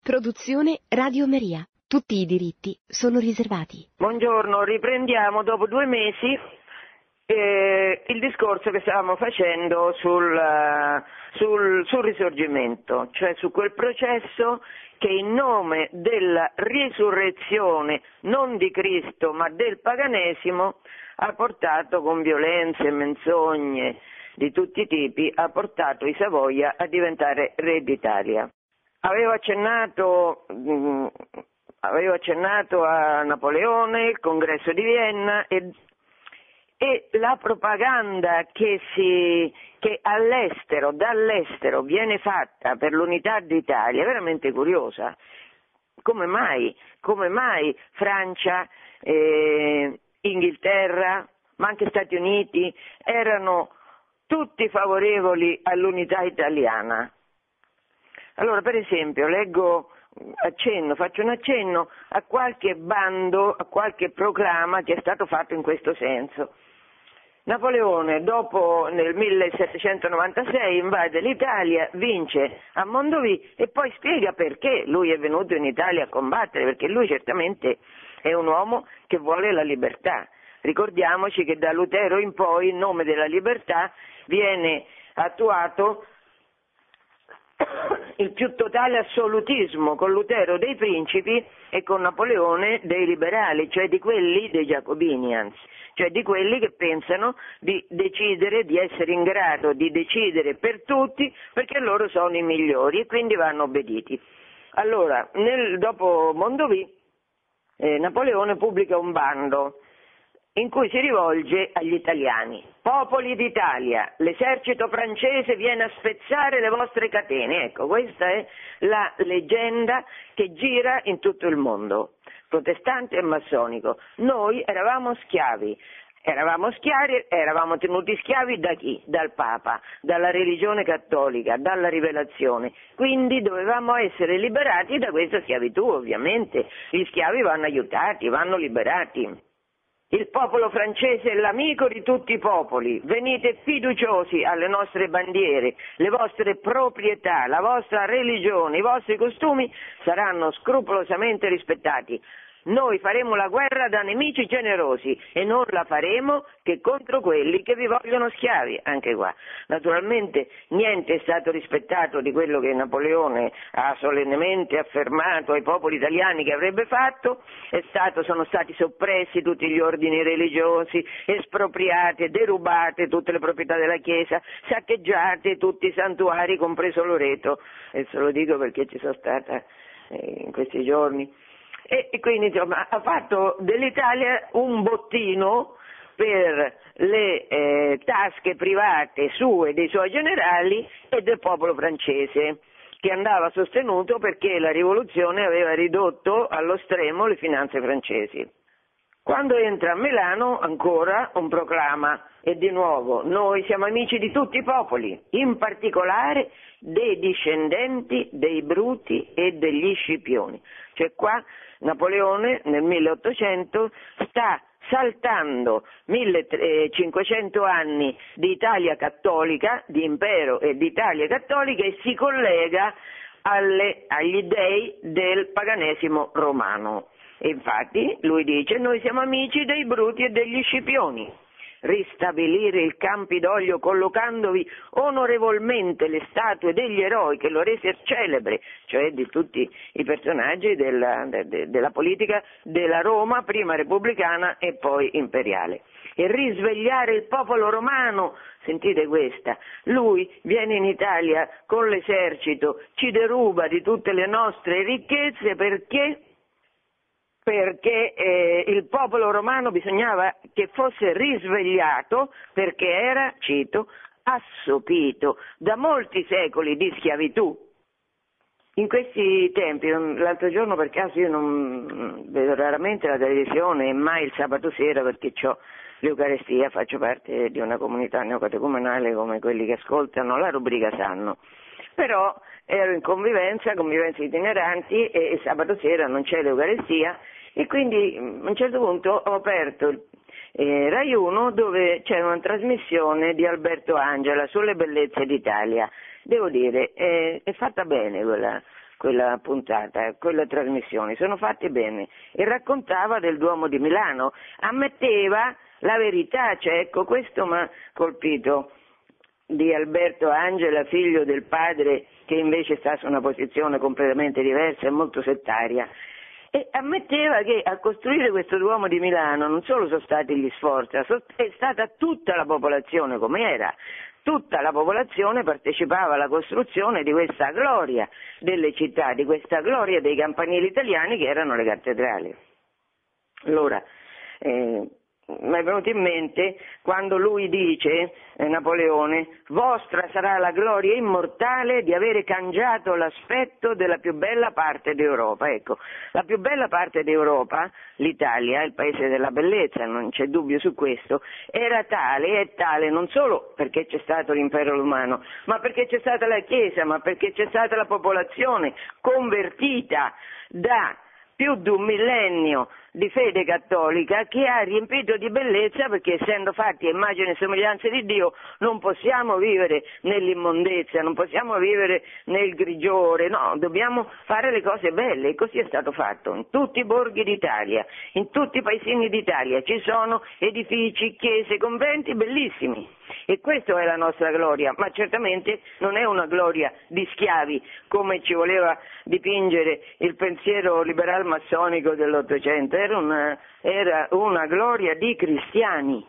Produzione Radio Maria. Tutti i diritti sono riservati. Buongiorno, riprendiamo dopo 2 mesi il discorso che stavamo facendo sul risorgimento, cioè su quel processo che in nome della risurrezione non di Cristo ma del paganesimo ha portato con violenze e menzogne di tutti i tipi, ha portato i Savoia a diventare re d'Italia. Avevo accennato a Napoleone, il congresso di Vienna e la propaganda che dall'estero viene fatta per l'unità d'Italia è veramente curiosa. Come mai Francia, Inghilterra, ma anche Stati Uniti erano tutti favorevoli all'unità italiana? Allora, per esempio, faccio un accenno a qualche bando, a qualche proclama che è stato fatto in questo senso. Napoleone, dopo nel 1796, invade l'Italia, vince a Mondovì e poi spiega perché lui è venuto in Italia a combattere, perché lui certamente è un uomo che vuole la libertà. Ricordiamoci che da Lutero in poi il nome della libertà viene attuato il più totale assolutismo, con Lutero dei principi e con Napoleone dei liberali, cioè di quelli dei Jacobinians, cioè di quelli che pensano di decidere, di essere in grado di decidere per tutti perché loro sono i migliori e quindi vanno obbediti. Allora, dopo Mondovì, Napoleone pubblica un bando in cui si rivolge agli italiani. Popoli d'Italia, l'esercito francese viene a spezzare le vostre catene. Ecco, questa è la leggenda che gira in tutto il mondo, protestante e massonico. Noi eravamo schiavi, eravamo tenuti schiavi da chi? Dal Papa, dalla religione cattolica, dalla rivelazione. Quindi dovevamo essere liberati da questa schiavitù, ovviamente. Gli schiavi vanno aiutati, vanno liberati. Il popolo francese è l'amico di tutti i popoli, venite fiduciosi alle nostre bandiere, le vostre proprietà, la vostra religione, i vostri costumi saranno scrupolosamente rispettati. Noi faremo la guerra da nemici generosi e non la faremo che contro quelli che vi vogliono schiavi, anche qua. Naturalmente niente è stato rispettato di quello che Napoleone ha solennemente affermato ai popoli italiani che avrebbe fatto, sono stati soppressi tutti gli ordini religiosi, espropriate, derubate tutte le proprietà della Chiesa, saccheggiate tutti i santuari, compreso Loreto, e se lo dico perché ci sono stata in questi giorni. E quindi insomma ha fatto dell'Italia un bottino per le tasche private sue, dei suoi generali e del popolo francese, che andava sostenuto perché la rivoluzione aveva ridotto allo stremo le finanze francesi. Quando entra a Milano ancora un proclama e di nuovo noi siamo amici di tutti i popoli, in particolare dei discendenti dei Bruti e degli Scipioni. Cioè qua Napoleone nel 1800 sta saltando 1500 anni di Italia cattolica, di impero e di Italia cattolica e si collega agli dei del paganesimo romano. E infatti lui dice: noi siamo amici dei Bruti e degli Scipioni. Ristabilire il Campidoglio collocandovi onorevolmente le statue degli eroi che lo resero celebre, cioè di tutti i personaggi della politica della Roma, prima repubblicana e poi imperiale. E risvegliare il popolo romano, sentite questa, lui viene in Italia con l'esercito, ci deruba di tutte le nostre ricchezze perché il popolo romano bisognava che fosse risvegliato perché era, cito, assopito da molti secoli di schiavitù. In questi tempi, l'altro giorno per caso io non vedo raramente la televisione e mai il sabato sera perché ho l'Eucarestia, faccio parte di una comunità neocatecumenale come quelli che ascoltano la rubrica sanno. Però ero in convivenze itineranti e sabato sera non c'è l'Eucarestia e quindi a un certo punto ho aperto Rai 1 dove c'era una trasmissione di Alberto Angela sulle bellezze d'Italia. Devo dire, è fatta bene quella puntata, quella trasmissione, sono fatti bene, e raccontava del Duomo di Milano, ammetteva la verità, cioè ecco questo mi ha colpito di Alberto Angela, figlio del padre che invece sta su una posizione completamente diversa e molto settaria, e ammetteva che a costruire questo Duomo di Milano non solo sono stati gli sforzi, è stata tutta la popolazione come era. Tutta la popolazione partecipava alla costruzione di questa gloria delle città, di questa gloria dei campanili italiani che erano le cattedrali. Allora, mi è venuto in mente quando lui dice, Napoleone, vostra sarà la gloria immortale di avere cangiato l'aspetto della più bella parte d'Europa. Ecco, la più bella parte d'Europa, l'Italia, il paese della bellezza, non c'è dubbio su questo, era tale, è tale non solo perché c'è stato l'impero romano, ma perché c'è stata la Chiesa, ma perché c'è stata la popolazione convertita da più di un millennio di fede cattolica che ha riempito di bellezza, perché essendo fatti a immagine e somiglianza di Dio non possiamo vivere nell'immondezza, non possiamo vivere nel grigiore, no, dobbiamo fare le cose belle, e così è stato fatto. In tutti i borghi d'Italia, in tutti i paesini d'Italia ci sono edifici, chiese, conventi bellissimi, e questa è la nostra gloria, ma certamente non è una gloria di schiavi come ci voleva dipingere il pensiero liberal massonico dell'Ottocento, era una gloria di cristiani.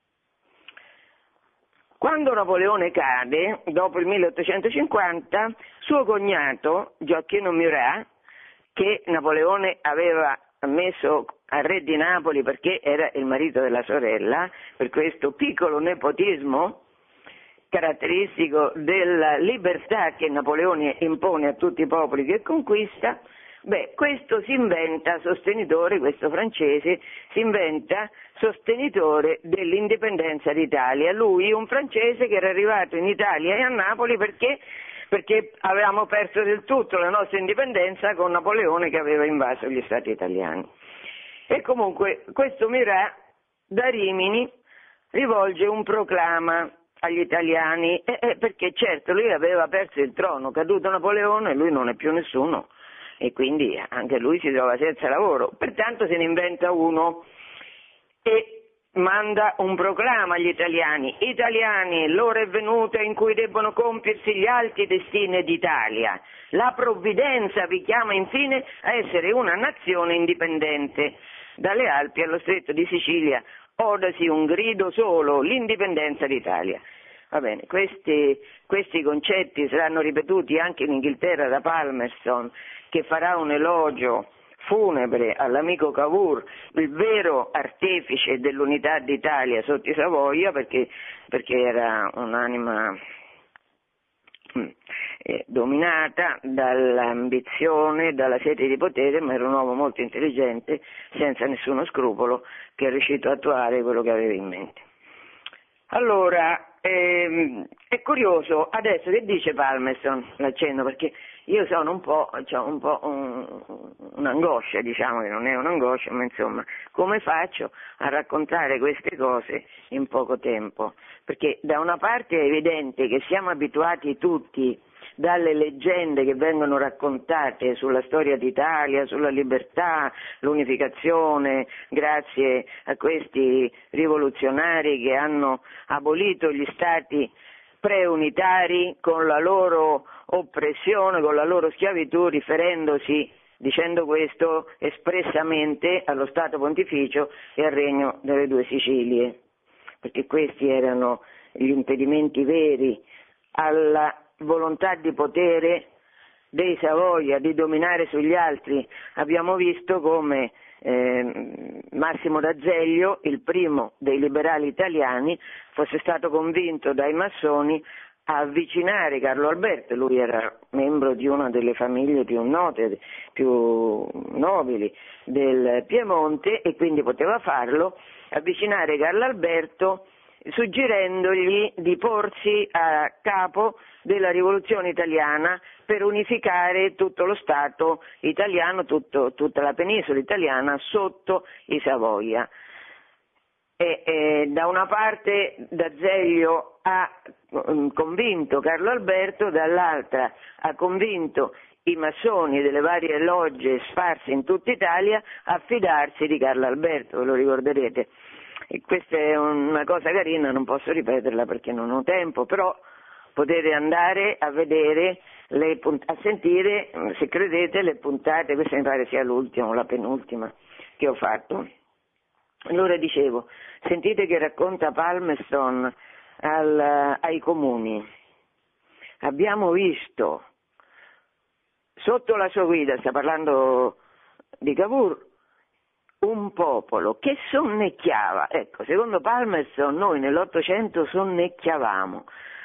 Quando Napoleone cade, dopo il 1850, suo cognato Gioacchino Murat, che Napoleone aveva messo al re di Napoli perché era il marito della sorella, per questo piccolo nepotismo caratteristico della libertà che Napoleone impone a tutti i popoli che conquista, questo si inventa sostenitore, questo francese, si inventa sostenitore dell'indipendenza d'Italia. Lui, un francese che era arrivato in Italia e a Napoli perché avevamo perso del tutto la nostra indipendenza con Napoleone che aveva invaso gli Stati italiani. E comunque questo Murat da Rimini rivolge un proclama agli italiani, perché certo lui aveva perso il trono, caduto Napoleone, lui non è più nessuno, e quindi anche lui si trova senza lavoro, pertanto se ne inventa uno e manda un proclama agli italiani: italiani, l'ora è venuta in cui debbono compiersi gli alti destini d'Italia, la provvidenza vi chiama infine a essere una nazione indipendente, dalle Alpi allo stretto di Sicilia odasi un grido solo, l'indipendenza d'Italia. Va bene, questi concetti saranno ripetuti anche in Inghilterra da Palmerston, che farà un elogio funebre all'amico Cavour, il vero artefice dell'unità d'Italia sotto i Savoia, perché era un'anima dominata dall'ambizione, dalla sete di potere, ma era un uomo molto intelligente, senza nessuno scrupolo, che è riuscito a attuare quello che aveva in mente. Allora, è curioso adesso che dice Palmerston, l'accenno, perché io sono un po' un'angoscia, diciamo che non è un'angoscia, ma insomma, come faccio a raccontare queste cose in poco tempo? Perché da una parte è evidente che siamo abituati tutti dalle leggende che vengono raccontate sulla storia d'Italia, sulla libertà, l'unificazione, grazie a questi rivoluzionari che hanno abolito gli stati preunitari con la loro oppressione, con la loro schiavitù, riferendosi, dicendo questo, espressamente allo Stato Pontificio e al Regno delle Due Sicilie, perché questi erano gli impedimenti veri alla volontà di potere dei Savoia di dominare sugli altri. Abbiamo visto come Massimo d'Azeglio, il primo dei liberali italiani, fosse stato convinto dai massoni a avvicinare Carlo Alberto. Lui era membro di una delle famiglie più note, più nobili del Piemonte, e quindi poteva farlo, avvicinare Carlo Alberto suggerendogli di porsi a capo della rivoluzione italiana per unificare tutto lo Stato italiano, tutta la penisola italiana sotto i Savoia. Da una parte D'Azeglio ha convinto Carlo Alberto, dall'altra ha convinto i massoni delle varie logge sparse in tutta Italia a fidarsi di Carlo Alberto, ve lo ricorderete. E questa è una cosa carina, non posso ripeterla perché non ho tempo, però potete andare a vedere, a sentire, se credete, le puntate, questa mi pare sia l'ultima o la penultima che ho fatto. Allora dicevo, sentite che racconta Palmerston ai comuni. Abbiamo visto, sotto la sua guida, sta parlando di Cavour, un popolo che sonnecchiava. Ecco, secondo Palmerston noi nell'Ottocento sonnecchiava,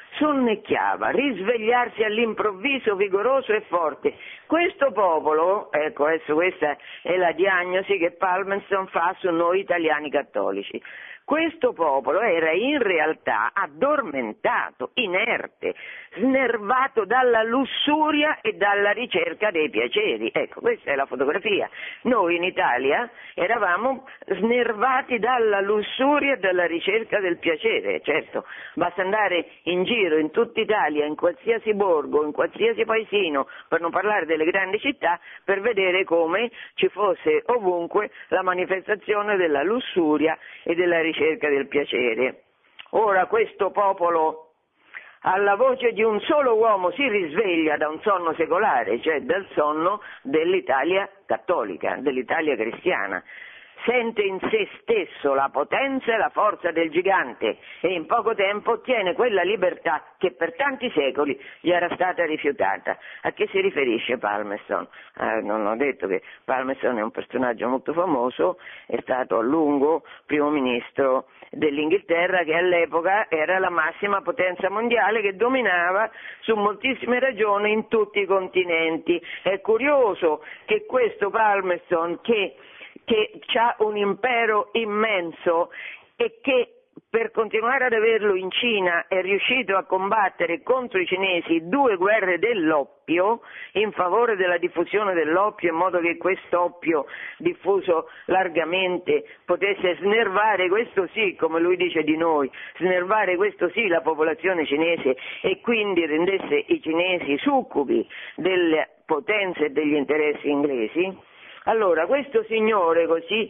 risvegliarsi all'improvviso, vigoroso e forte. Questo popolo, ecco adesso questa è la diagnosi che Palmerston fa su noi italiani cattolici. Questo popolo era in realtà addormentato, inerte, snervato dalla lussuria e dalla ricerca dei piaceri. Ecco, questa è la fotografia. Noi in Italia eravamo snervati dalla lussuria e dalla ricerca del piacere. Certo, basta andare in giro in tutta Italia, in qualsiasi borgo, in qualsiasi paesino, per non parlare delle grandi città, per vedere come ci fosse ovunque la manifestazione della lussuria e della ricerca del piacere. Ora questo popolo, alla voce di un solo uomo, si risveglia da un sonno secolare, cioè dal sonno dell'Italia cattolica, dell'Italia cristiana. Sente in se stesso la potenza e la forza del gigante e in poco tempo ottiene quella libertà che per tanti secoli gli era stata rifiutata. A che si riferisce Palmerston? Non ho detto che Palmerston è un personaggio molto famoso, è stato a lungo primo ministro dell'Inghilterra, che all'epoca era la massima potenza mondiale che dominava su moltissime regioni in tutti i continenti. È curioso che questo Palmerston, che ha un impero immenso e che per continuare ad averlo in Cina è riuscito a combattere contro i cinesi 2 guerre dell'oppio in favore della diffusione dell'oppio, in modo che quest'oppio diffuso largamente potesse snervare, questo sì, come lui dice di noi, snervare questo sì la popolazione cinese e quindi rendesse i cinesi succubi delle potenze e degli interessi inglesi. Allora, questo signore così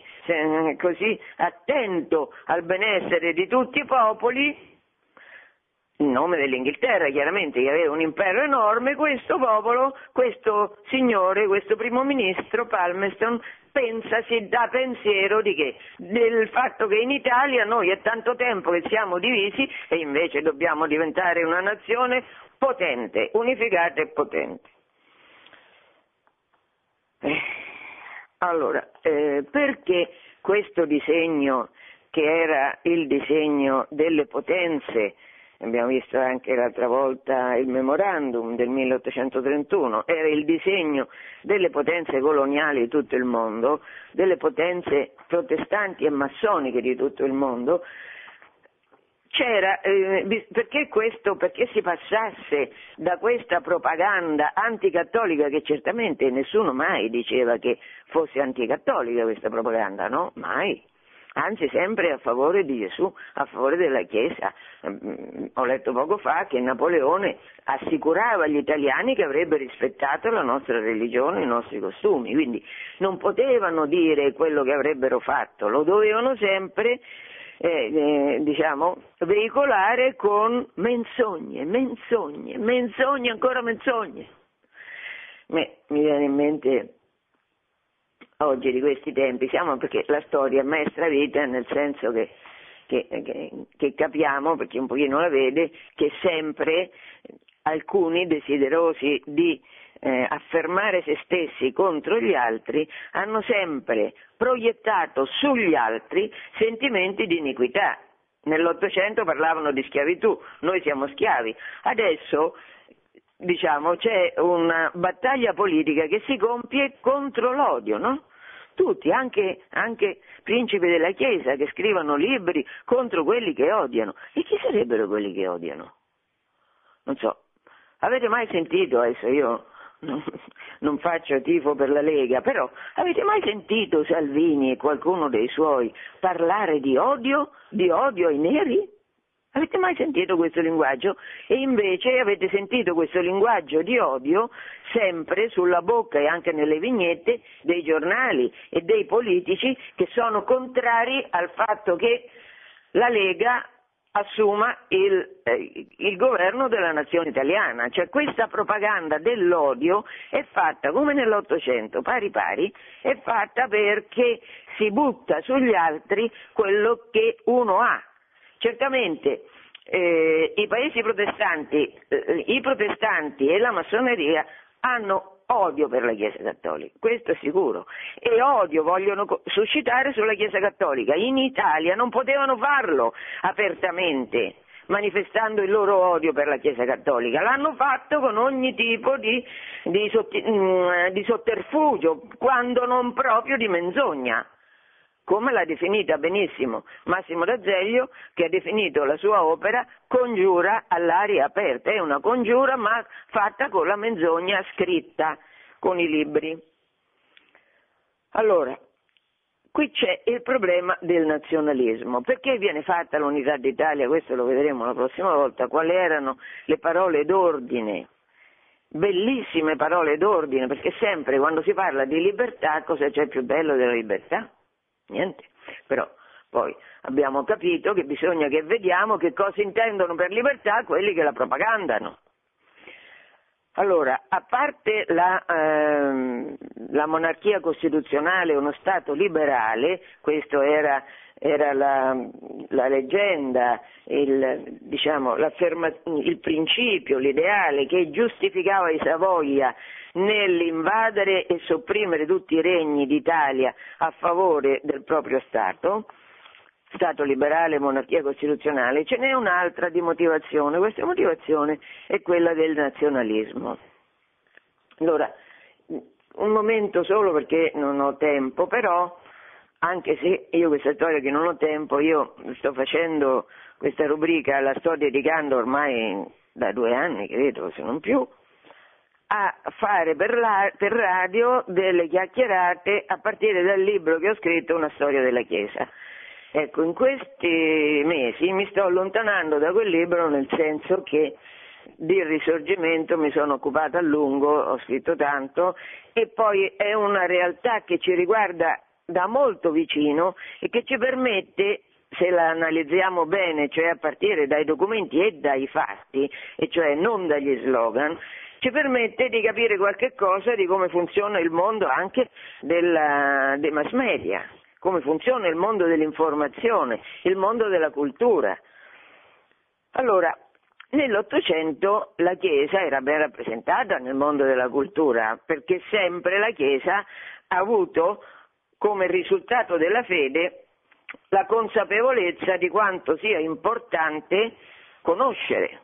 attento al benessere di tutti i popoli, in nome dell'Inghilterra chiaramente, che aveva un impero enorme, questo popolo, questo signore, questo primo ministro Palmerston, si dà pensiero di che? Del fatto che in Italia noi è tanto tempo che siamo divisi e invece dobbiamo diventare una nazione potente, unificata e potente. Allora, perché questo disegno, che era il disegno delle potenze, abbiamo visto anche l'altra volta il memorandum del 1831, era il disegno delle potenze coloniali di tutto il mondo, delle potenze protestanti e massoniche di tutto il mondo, perché si passasse da questa propaganda anticattolica, che certamente nessuno mai diceva che fosse anticattolica questa propaganda, no? Mai. Anzi, sempre a favore di Gesù, a favore della Chiesa. Ho letto poco fa che Napoleone assicurava agli italiani che avrebbe rispettato la nostra religione, i nostri costumi, quindi non potevano dire quello che avrebbero fatto, lo dovevano sempre veicolare con menzogne, ancora menzogne. Mi viene in mente oggi di questi tempi, perché la storia è maestra vita, nel senso che capiamo, perché un pochino la vede, che sempre alcuni desiderosi di affermare se stessi contro gli altri hanno sempre proiettato sugli altri sentimenti di iniquità. Nell'Ottocento parlavano di schiavitù, noi siamo schiavi. Adesso c'è una battaglia politica che si compie contro l'odio, no? Tutti, anche principi della Chiesa, che scrivono libri contro quelli che odiano. E chi sarebbero quelli che odiano? Non so. Avete mai sentito, adesso io non faccio tifo per la Lega, però avete mai sentito Salvini e qualcuno dei suoi parlare di odio ai neri? Avete mai sentito questo linguaggio? E invece avete sentito questo linguaggio di odio sempre sulla bocca e anche nelle vignette dei giornali e dei politici che sono contrari al fatto che la Lega assuma il governo della nazione italiana. Cioè questa propaganda dell'odio è fatta come nell'Ottocento, pari pari, è fatta perché si butta sugli altri quello che uno ha. Certamente i paesi protestanti, i protestanti e la massoneria hanno odio per la Chiesa Cattolica, questo è sicuro, e odio vogliono suscitare sulla Chiesa Cattolica. In Italia non potevano farlo apertamente, manifestando il loro odio per la Chiesa Cattolica, l'hanno fatto con ogni tipo di sotterfugio, quando non proprio di menzogna, come l'ha definita benissimo Massimo D'Azeglio, che ha definito la sua opera Congiura all'aria aperta. È una congiura ma fatta con la menzogna scritta, con i libri. Allora, qui c'è il problema del nazionalismo. Perché viene fatta l'unità d'Italia? Questo lo vedremo la prossima volta. Quali erano le parole d'ordine? Bellissime parole d'ordine, perché sempre quando si parla di libertà, cosa c'è più bello della libertà? Niente, però poi abbiamo capito che bisogna che vediamo che cosa intendono per libertà quelli che la propagandano. Allora, a parte la monarchia costituzionale, uno Stato liberale, questo era la leggenda, il principio, l'ideale che giustificava i Savoia nell'invadere e sopprimere tutti i regni d'Italia a favore del proprio Stato liberale, monarchia costituzionale. Ce n'è un'altra di motivazione, questa motivazione è quella del nazionalismo. Allora, un momento solo perché non ho tempo, però, anche se io questa storia che non ho tempo, io sto facendo questa rubrica, la sto dedicando ormai da 2 anni, credo, se non più, a fare per radio delle chiacchierate a partire dal libro che ho scritto, Una storia della Chiesa. Ecco, in questi mesi mi sto allontanando da quel libro, nel senso che di risorgimento mi sono occupata a lungo, ho scritto tanto, e poi è una realtà che ci riguarda da molto vicino e che ci permette, se la analizziamo bene, cioè a partire dai documenti e dai fatti, e cioè non dagli slogan, ci permette di capire qualche cosa di come funziona il mondo anche dei mass media, come funziona il mondo dell'informazione, il mondo della cultura. Allora, nell'Ottocento la Chiesa era ben rappresentata nel mondo della cultura, perché sempre la Chiesa ha avuto come risultato della fede la consapevolezza di quanto sia importante conoscere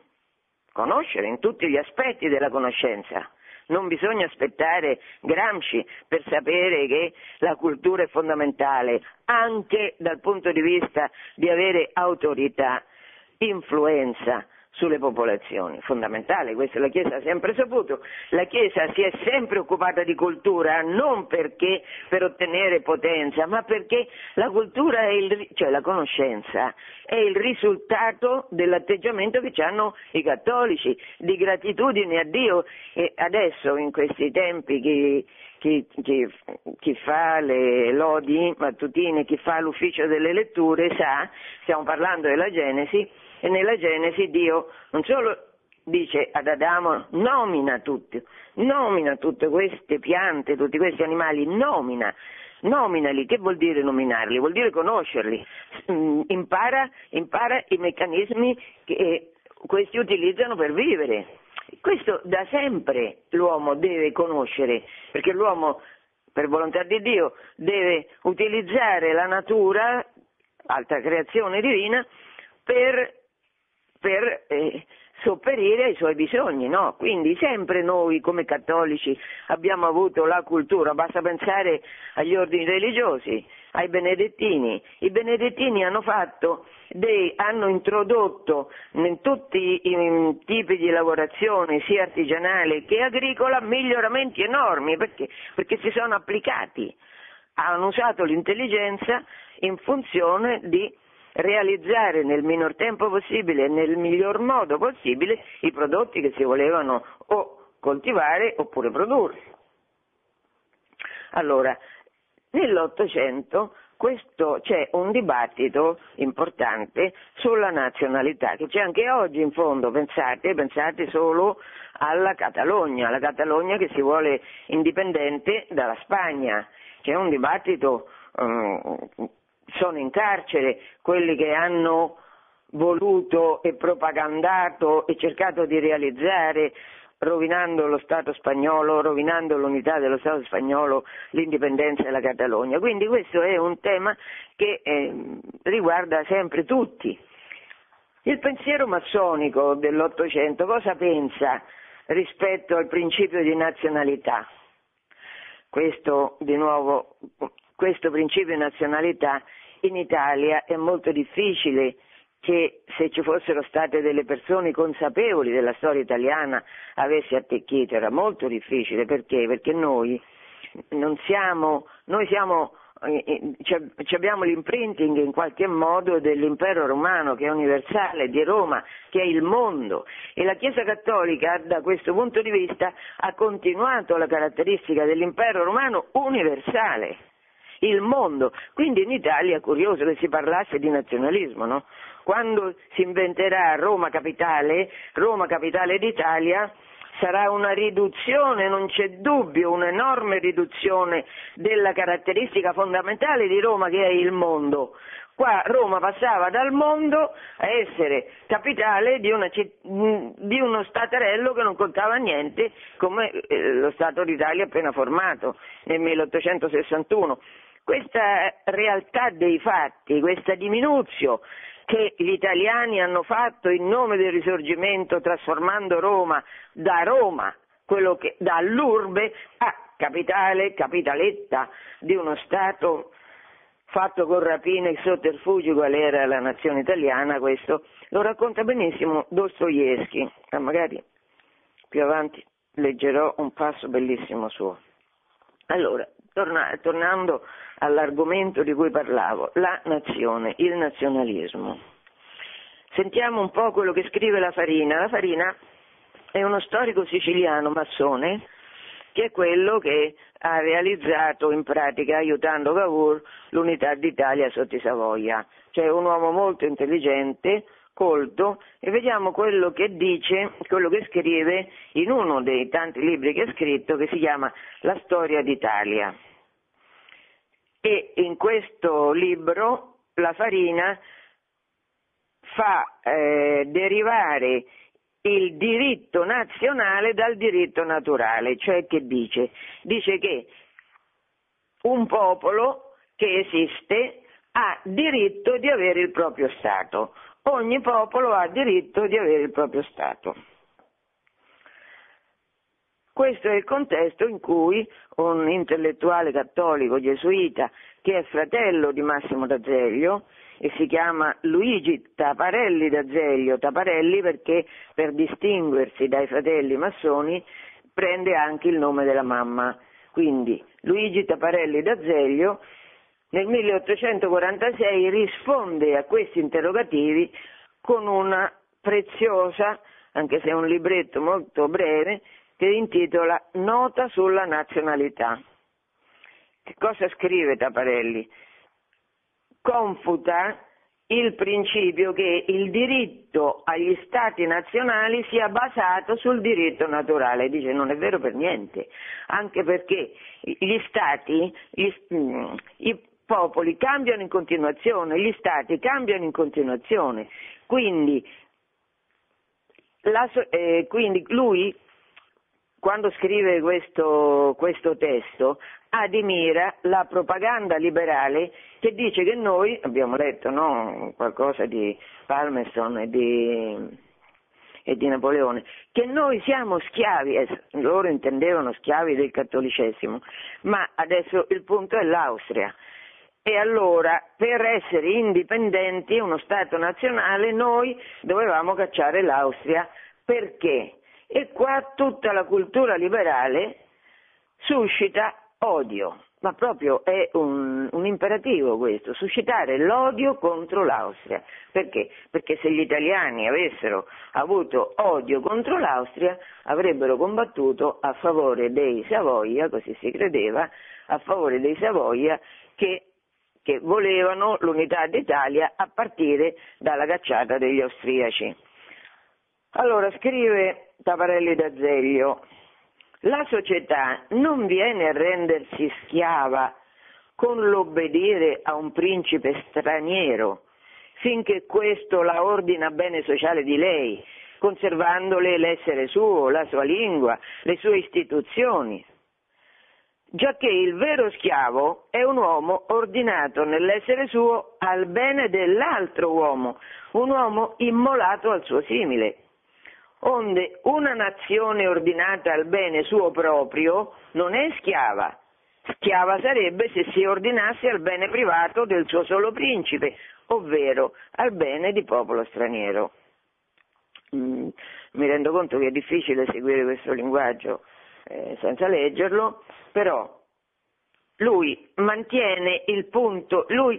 in tutti gli aspetti della conoscenza. Non bisogna aspettare Gramsci per sapere che la cultura è fondamentale, anche dal punto di vista di avere autorità, influenza sulle popolazioni, fondamentale, questo la Chiesa ha sempre saputo. La Chiesa si è sempre occupata di cultura, non perché per ottenere potenza, ma perché la cultura cioè la conoscenza è il risultato dell'atteggiamento che hanno i cattolici, di gratitudine a Dio. E adesso in questi tempi chi fa le lodi mattutine, chi fa l'ufficio delle letture sa, stiamo parlando della Genesi, e nella Genesi Dio non solo dice ad Adamo nomina tutte queste piante, tutti questi animali, nominali. Che vuol dire nominarli? Vuol dire conoscerli, impara i meccanismi che questi utilizzano per vivere. Questo da sempre l'uomo deve conoscere, perché l'uomo, per volontà di Dio, deve utilizzare la natura, altra creazione divina, per sopperire ai suoi bisogni, no? Quindi sempre noi come cattolici abbiamo avuto la cultura, basta pensare agli ordini religiosi, ai benedettini. I benedettini hanno introdotto in tutti i tipi di lavorazione, sia artigianale che agricola, miglioramenti enormi, perché si sono applicati, hanno usato l'intelligenza in funzione di realizzare nel minor tempo possibile e nel miglior modo possibile i prodotti che si volevano o coltivare oppure produrre. Allora, nell'Ottocento c'è un dibattito importante sulla nazionalità, che c'è anche oggi in fondo. Pensate solo alla Catalogna, la Catalogna che si vuole indipendente dalla Spagna. C'è un dibattito, sono in carcere quelli che hanno voluto e propagandato e cercato di realizzare, rovinando lo Stato spagnolo, rovinando l'unità dello Stato spagnolo, l'indipendenza della Catalogna. Quindi questo è un tema che riguarda sempre tutti. Il pensiero massonico dell'Ottocento cosa pensa rispetto al principio di nazionalità? Questo principio di nazionalità in Italia è molto difficile che, se ci fossero state delle persone consapevoli della storia italiana, avesse attecchito. Era molto difficile. Perché? Perché noi abbiamo l'imprinting in qualche modo dell'impero romano, che è universale, di Roma, che è il mondo, e la Chiesa Cattolica da questo punto di vista ha continuato la caratteristica dell'impero romano universale, il mondo. Quindi in Italia è curioso che si parlasse di nazionalismo, no? Quando si inventerà Roma capitale d'Italia, sarà una riduzione, non c'è dubbio, un'enorme riduzione della caratteristica fondamentale di Roma, che è il mondo. Qua Roma passava dal mondo a essere capitale di uno staterello che non contava niente, come lo Stato d'Italia appena formato nel 1861. Questa realtà dei fatti, questa diminuzione che gli italiani hanno fatto in nome del Risorgimento, trasformando Roma dall'urbe a capitale, capitaletta di uno Stato fatto con rapine e sotterfugi, qual era la nazione italiana. Questo lo racconta benissimo Dostoevskij, magari più avanti leggerò un passo bellissimo suo. Allora, tornando all'argomento di cui parlavo, la nazione, il nazionalismo. Sentiamo un po' quello che scrive La Farina. La Farina è uno storico siciliano massone, che è quello che ha realizzato in pratica, aiutando Cavour, l'unità d'Italia sotto i Savoia. Cioè un uomo molto intelligente, colto, e vediamo quello che dice, quello che scrive in uno dei tanti libri che ha scritto, che si chiama La storia d'Italia. E in questo libro La Farina fa derivare il diritto nazionale dal diritto naturale, cioè che dice? Dice che un popolo che esiste ha diritto di avere il proprio Stato, ogni popolo ha diritto di avere il proprio Stato. Questo è il contesto in cui un intellettuale cattolico gesuita, che è fratello di Massimo d'Azeglio e si chiama Luigi Taparelli d'Azeglio, Taparelli perché per distinguersi dai fratelli massoni prende anche il nome della mamma. Quindi Luigi Taparelli d'Azeglio nel 1846 risponde a questi interrogativi con una preziosa, anche se è un libretto molto breve, che intitola Nota sulla nazionalità. Che cosa scrive Taparelli? Confuta il principio che il diritto agli stati nazionali sia basato sul diritto naturale. Dice non è vero per niente, anche perché gli stati, i popoli cambiano in continuazione, gli stati cambiano in continuazione, quindi lui, quando scrive questo testo, ha di mira la propaganda liberale che dice che noi, abbiamo letto no, qualcosa di Palmerston e di Napoleone, che noi siamo schiavi, loro intendevano schiavi del cattolicesimo, ma adesso il punto è l'Austria. E allora, per essere indipendenti, uno Stato nazionale, noi dovevamo cacciare l'Austria. Perché? E qua tutta la cultura liberale suscita odio, ma proprio è un imperativo questo, suscitare l'odio contro l'Austria. Perché? Perché se gli italiani avessero avuto odio contro l'Austria avrebbero combattuto a favore dei Savoia, così si credeva, a favore dei Savoia che volevano l'unità d'Italia a partire dalla cacciata degli austriaci. Allora scrive Taparelli d'Azeglio: la società non viene a rendersi schiava con l'obbedire a un principe straniero, finché questo la ordina bene sociale di lei, conservandole l'essere suo, la sua lingua, le sue istituzioni. Giacché il vero schiavo è un uomo ordinato nell'essere suo al bene dell'altro uomo, un uomo immolato al suo simile. Onde una nazione ordinata al bene suo proprio non è schiava. Schiava sarebbe se si ordinasse al bene privato del suo solo principe, ovvero al bene di popolo straniero. Mi rendo conto che è difficile seguire questo linguaggio senza leggerlo, però lui mantiene il punto, lui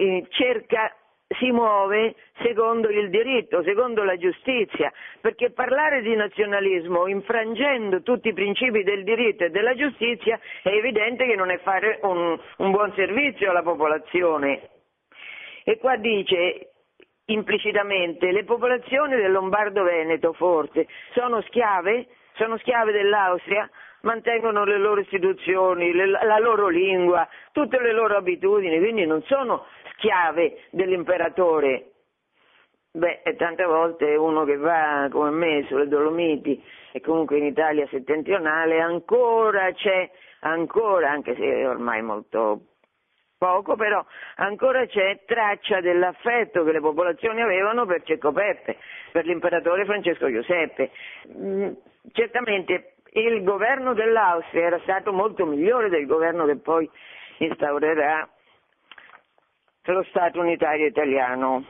si muove secondo il diritto, secondo la giustizia, perché parlare di nazionalismo infrangendo tutti i principi del diritto e della giustizia è evidente che non è fare un buon servizio alla popolazione. E qua dice implicitamente le popolazioni del Lombardo-Veneto forse sono schiave dell'Austria, mantengono le loro istituzioni, la loro lingua, tutte le loro abitudini, quindi non sono schiave dell'imperatore. Beh, tante volte uno che va come me sulle Dolomiti e comunque in Italia settentrionale ancora c'è, anche se ormai molto poco, però ancora c'è traccia dell'affetto che le popolazioni avevano per Cecco Peppe, per l'imperatore Francesco Giuseppe. Certamente il governo dell'Austria era stato molto migliore del governo che poi instaurerà lo Stato unitario italiano.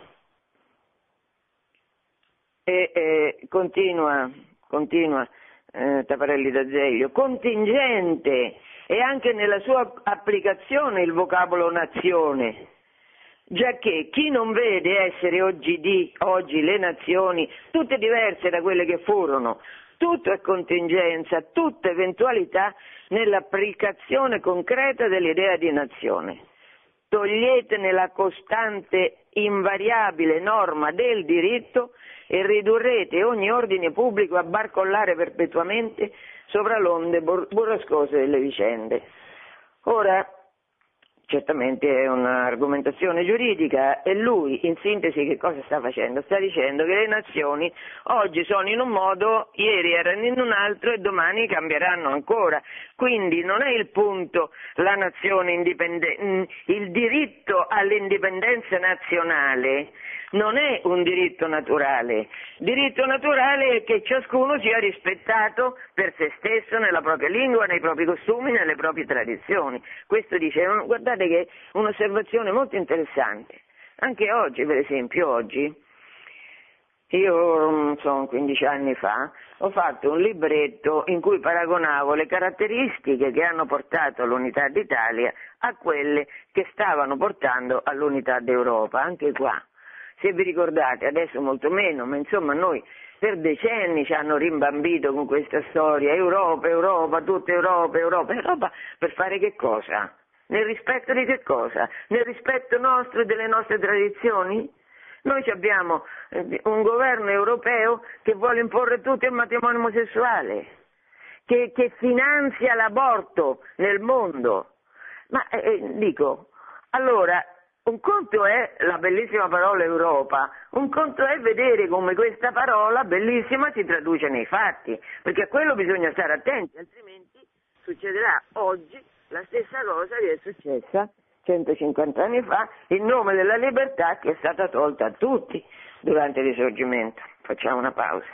E continua Taparelli d'Azeglio, contingente e anche nella sua applicazione il vocabolo nazione, giacché chi non vede essere oggi le nazioni tutte diverse da quelle che furono, tutto è contingenza, tutta eventualità nell'applicazione concreta dell'idea di nazione. Toglietene la costante, invariabile norma del diritto e ridurrete ogni ordine pubblico a barcollare perpetuamente sopra l'onde burrascose delle vicende. Ora, certamente è un'argomentazione giuridica e lui, in sintesi, che cosa sta facendo? Sta dicendo che le nazioni oggi sono in un modo, ieri erano in un altro e domani cambieranno ancora. Quindi non è il punto la nazione indipendente, il diritto all'indipendenza nazionale non è un diritto naturale. Diritto naturale è che ciascuno sia rispettato per se stesso, nella propria lingua, nei propri costumi, nelle proprie tradizioni. Questo dice, guardate che è un'osservazione molto interessante. Anche oggi, per esempio, io, non so, 15 anni fa, ho fatto un libretto in cui paragonavo le caratteristiche che hanno portato all'unità d'Italia a quelle che stavano portando all'unità d'Europa, anche qua. Se vi ricordate, adesso molto meno, ma insomma noi per decenni ci hanno rimbambito con questa storia, Europa, tutta Europa per fare che cosa? Nel rispetto di che cosa? Nel rispetto nostro e delle nostre tradizioni? Noi abbiamo un governo europeo che vuole imporre tutto il matrimonio omosessuale, che finanzia l'aborto nel mondo. Ma dico, allora, un conto è la bellissima parola Europa, un conto è vedere come questa parola bellissima si traduce nei fatti, perché a quello bisogna stare attenti, altrimenti succederà oggi la stessa cosa che è successa 150 anni fa in nome della libertà che è stata tolta a tutti durante il Risorgimento. Facciamo una pausa.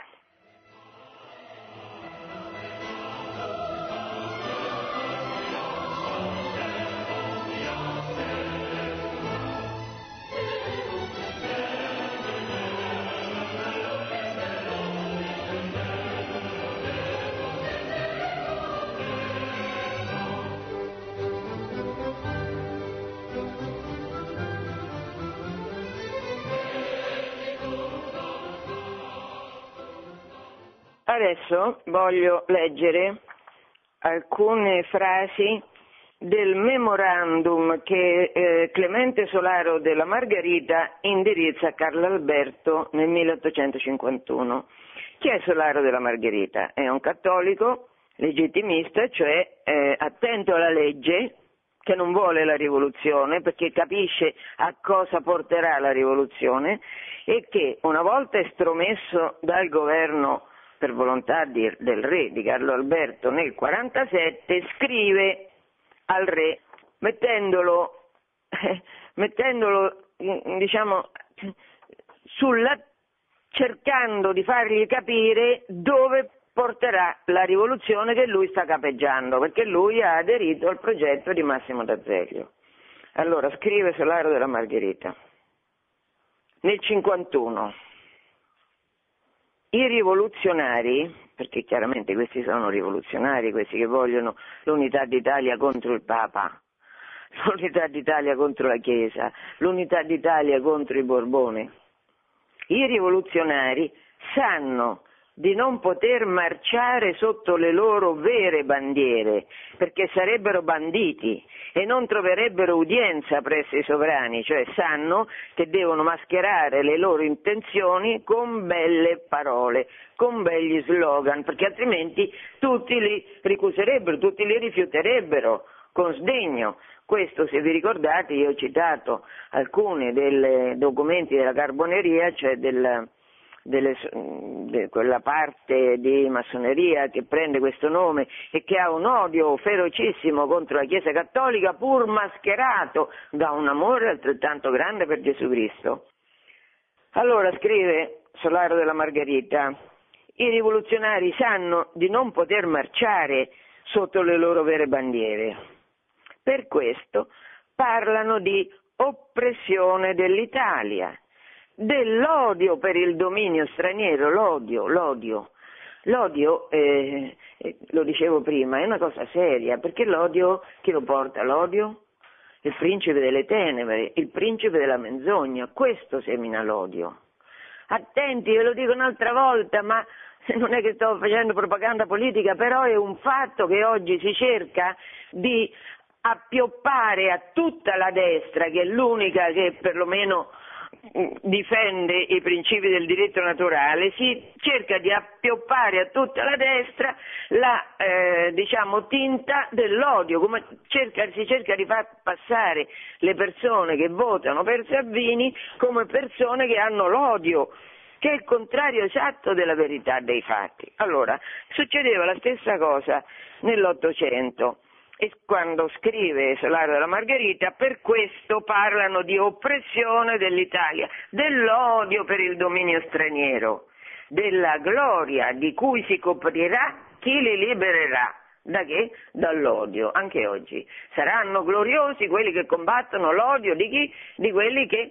Adesso voglio leggere alcune frasi del memorandum che Clemente Solaro della Margherita indirizza a Carlo Alberto nel 1851. Chi è Solaro della Margherita? È un cattolico legittimista, cioè attento alla legge, che non vuole la rivoluzione perché capisce a cosa porterà la rivoluzione e che una volta estromesso dal governo per volontà del re, di Carlo Alberto, nel 47, scrive al re mettendolo diciamo cercando di fargli capire dove porterà la rivoluzione che lui sta capeggiando, perché lui ha aderito al progetto di Massimo d'Azeglio. Allora scrive Solaro della Margherita nel 51: i rivoluzionari, perché chiaramente questi sono rivoluzionari, questi che vogliono l'unità d'Italia contro il Papa, l'unità d'Italia contro la Chiesa, l'unità d'Italia contro i Borboni. I rivoluzionari sanno di non poter marciare sotto le loro vere bandiere, perché sarebbero banditi e non troverebbero udienza presso i sovrani, cioè sanno che devono mascherare le loro intenzioni con belle parole, con begli slogan, perché altrimenti tutti li ricuserebbero, tutti li rifiuterebbero con sdegno. Questo, se vi ricordate, io ho citato alcuni dei documenti della Carboneria, cioè quella parte di massoneria che prende questo nome e che ha un odio ferocissimo contro la Chiesa Cattolica, pur mascherato da un amore altrettanto grande per Gesù Cristo. Allora scrive Solaro della Margherita: i rivoluzionari sanno di non poter marciare sotto le loro vere bandiere. Per questo parlano di oppressione dell'Italia, dell'odio per il dominio straniero, l'odio, lo dicevo prima, è una cosa seria, perché l'odio, chi lo porta l'odio? Il principe delle tenebre, il principe della menzogna, questo semina l'odio. Attenti, ve lo dico un'altra volta, ma non è che sto facendo propaganda politica, però è un fatto che oggi si cerca di appioppare a tutta la destra, che è l'unica che perlomeno difende i principi del diritto naturale, si cerca di appioppare a tutta la destra la tinta dell'odio, come si cerca di far passare le persone che votano per Salvini come persone che hanno l'odio, che è il contrario esatto della verità dei fatti. Allora, succedeva la stessa cosa nell'Ottocento. E quando scrive Solaro della Margherita, per questo parlano di oppressione dell'Italia, dell'odio per il dominio straniero, della gloria di cui si coprirà chi li libererà. Da che? Dall'odio. Anche oggi saranno gloriosi quelli che combattono l'odio di chi? Di quelli che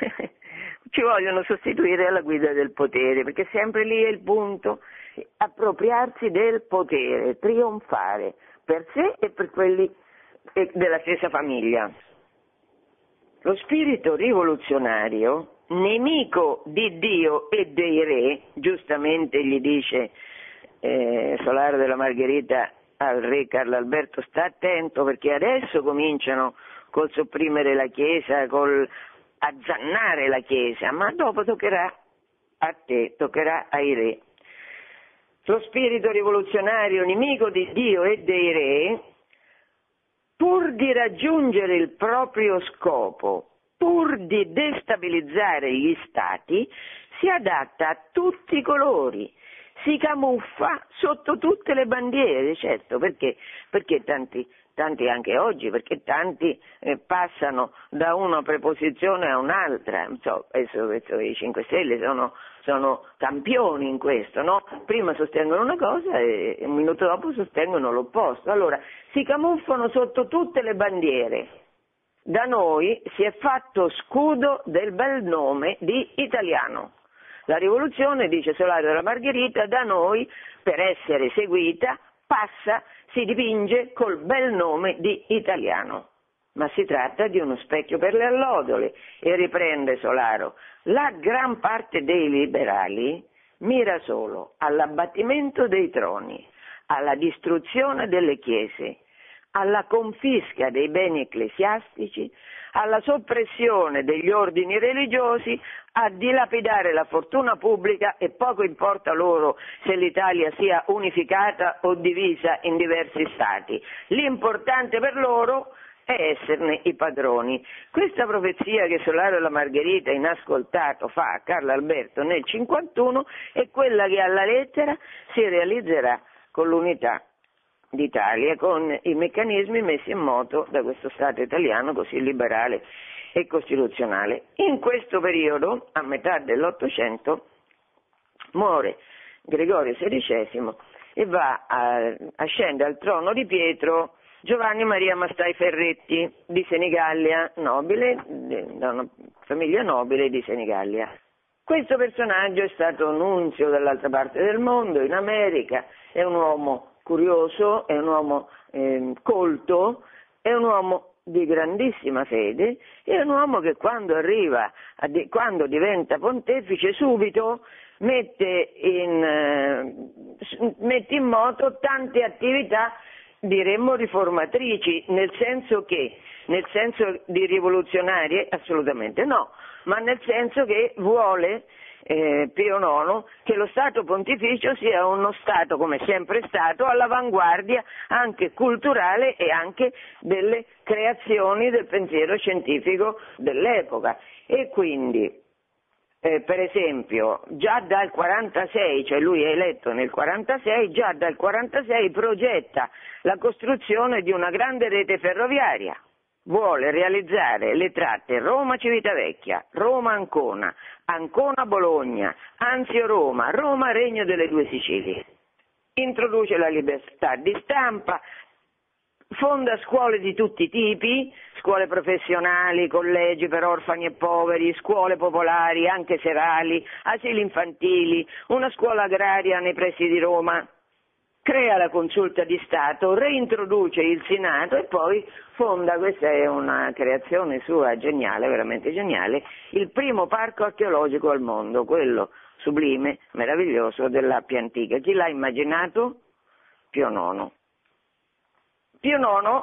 ci vogliono sostituire alla guida del potere, perché sempre lì è il punto: appropriarsi del potere, trionfare per sé e per quelli della stessa famiglia. Lo spirito rivoluzionario, nemico di Dio e dei re, giustamente gli dice Solaro della Margherita al re Carlo Alberto: sta attento, perché adesso cominciano col sopprimere la Chiesa, col azzannare la Chiesa, ma dopo toccherà a te, toccherà ai re. Lo spirito rivoluzionario, nemico di Dio e dei re, pur di raggiungere il proprio scopo, pur di destabilizzare gli stati, si adatta a tutti i colori, si camuffa sotto tutte le bandiere, certo, perché tanti anche oggi, perché tanti passano da una preposizione a un'altra. Adesso i 5 Stelle sono campioni in questo, no? Prima sostengono una cosa e un minuto dopo sostengono l'opposto. Allora si camuffano sotto tutte le bandiere. Da noi si è fatto scudo del bel nome di italiano. La rivoluzione, dice Solaro della Margherita, da noi, per essere seguita, si dipinge col bel nome di italiano, ma si tratta di uno specchio per le allodole. E riprende Solaro: la gran parte dei liberali mira solo all'abbattimento dei troni, alla distruzione delle chiese, alla confisca dei beni ecclesiastici, alla soppressione degli ordini religiosi, a dilapidare la fortuna pubblica, e poco importa loro se l'Italia sia unificata o divisa in diversi stati. L'importante per loro è esserne i padroni. Questa profezia che Solaro La Margherita, inascoltato, fa a Carlo Alberto nel 51 è quella che alla lettera si realizzerà con l'unità d'Italia, con i meccanismi messi in moto da questo Stato italiano così liberale e costituzionale. In questo periodo, a metà dell'Ottocento, muore Gregorio XVI e va a scendere al trono di Pietro Giovanni Maria Mastai Ferretti di Senigallia, nobile, da una famiglia nobile di Senigallia. Questo personaggio è stato nunzio dall'altra parte del mondo, in America, è un uomo curioso, è un uomo colto, è un uomo di grandissima fede, è un uomo che quando diventa pontefice subito mette in moto tante attività, diremmo riformatrici, nel senso di rivoluzionarie assolutamente no, ma nel senso che vuole Pio IX che lo Stato pontificio sia uno Stato, come sempre stato, all'avanguardia anche culturale e anche delle creazioni del pensiero scientifico dell'epoca. E quindi, per esempio, già dal 46, cioè lui è eletto nel 46, già dal 46 progetta la costruzione di una grande rete ferroviaria. Vuole realizzare le tratte Roma-Civitavecchia, Roma-Ancona, Ancona-Bologna, Anzio-Roma, Roma-Regno delle Due Sicilie. Introduce la libertà di stampa, fonda scuole di tutti i tipi, scuole professionali, collegi per orfani e poveri, scuole popolari, anche serali, asili infantili, una scuola agraria nei pressi di Roma. Crea la consulta di Stato, reintroduce il Senato e poi fonda, questa è una creazione sua geniale, veramente geniale, il primo parco archeologico al mondo, quello sublime, meraviglioso dell'Appia Antica. Chi l'ha immaginato? Pio IX. Pio IX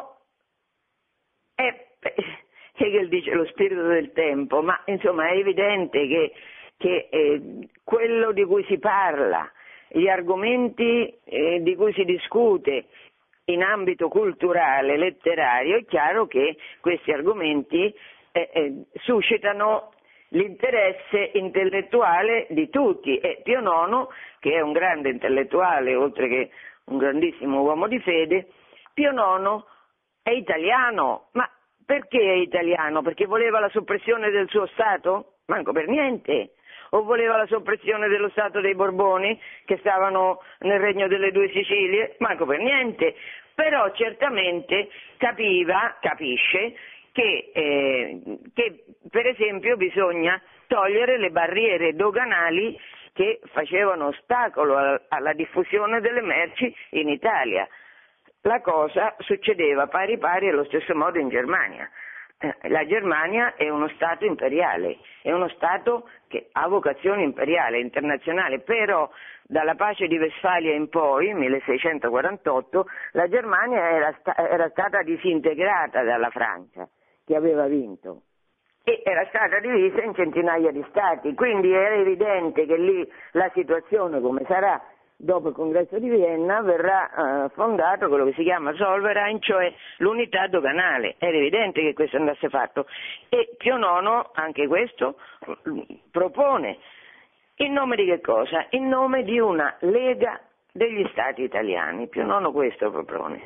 è, Hegel dice, lo spirito del tempo, ma insomma è evidente che quello di cui si parla, gli argomenti di cui si discute in ambito culturale, letterario, è chiaro che questi argomenti suscitano l'interesse intellettuale di tutti, e Pio IX, che è un grande intellettuale oltre che un grandissimo uomo di fede, Pio IX è italiano. Ma perché è italiano? Perché voleva la soppressione del suo Stato? Manco per niente. O voleva la soppressione dello Stato dei Borboni, che stavano nel Regno delle Due Sicilie? Manco per niente. Però certamente capisce che per esempio bisogna togliere le barriere doganali che facevano ostacolo alla diffusione delle merci in Italia. La cosa succedeva pari pari allo stesso modo in Germania. La Germania è uno Stato imperiale, è uno Stato che ha vocazione imperiale, internazionale, però dalla pace di Westfalia in poi, 1648, la Germania era stata disintegrata dalla Francia, che aveva vinto, e era stata divisa in centinaia di stati, quindi era evidente che lì la situazione, come sarà dopo il congresso di Vienna, verrà fondato quello che si chiama Zollverein, cioè l'unità doganale. Era evidente che questo andasse fatto, e Pio IX anche questo propone. In nome di che cosa? In nome di una lega degli stati italiani. Pio IX questo propone.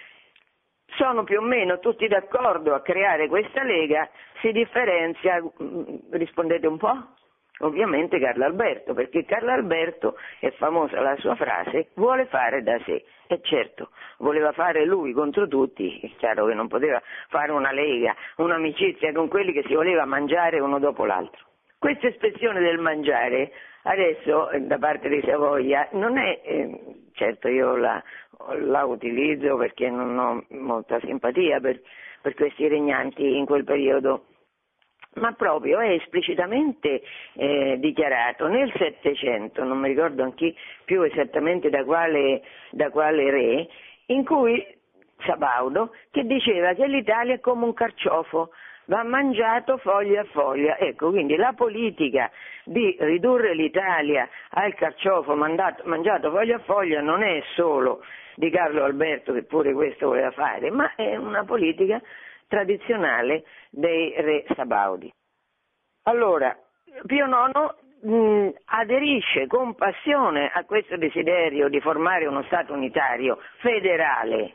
Sono più o meno tutti d'accordo a creare questa lega, si differenzia, rispondete un po'? Ovviamente Carlo Alberto, perché Carlo Alberto, è famosa la sua frase, vuole fare da sé. E certo, voleva fare lui contro tutti, è chiaro che non poteva fare una lega, un'amicizia con quelli che si voleva mangiare uno dopo l'altro. Questa espressione del mangiare, adesso da parte di Savoia, non è, certo io la utilizzo perché non ho molta simpatia per questi regnanti in quel periodo, ma proprio è esplicitamente dichiarato nel Settecento, non mi ricordo anche più esattamente da quale re, in cui Sabaudo, che diceva che l'Italia è come un carciofo, va mangiato foglia a foglia. Ecco, quindi la politica di ridurre l'Italia al carciofo mangiato foglia a foglia non è solo di Carlo Alberto, che pure questo voleva fare, ma è una politica tradizionale dei re sabaudi. Allora, Pio IX aderisce con passione a questo desiderio di formare uno Stato unitario federale,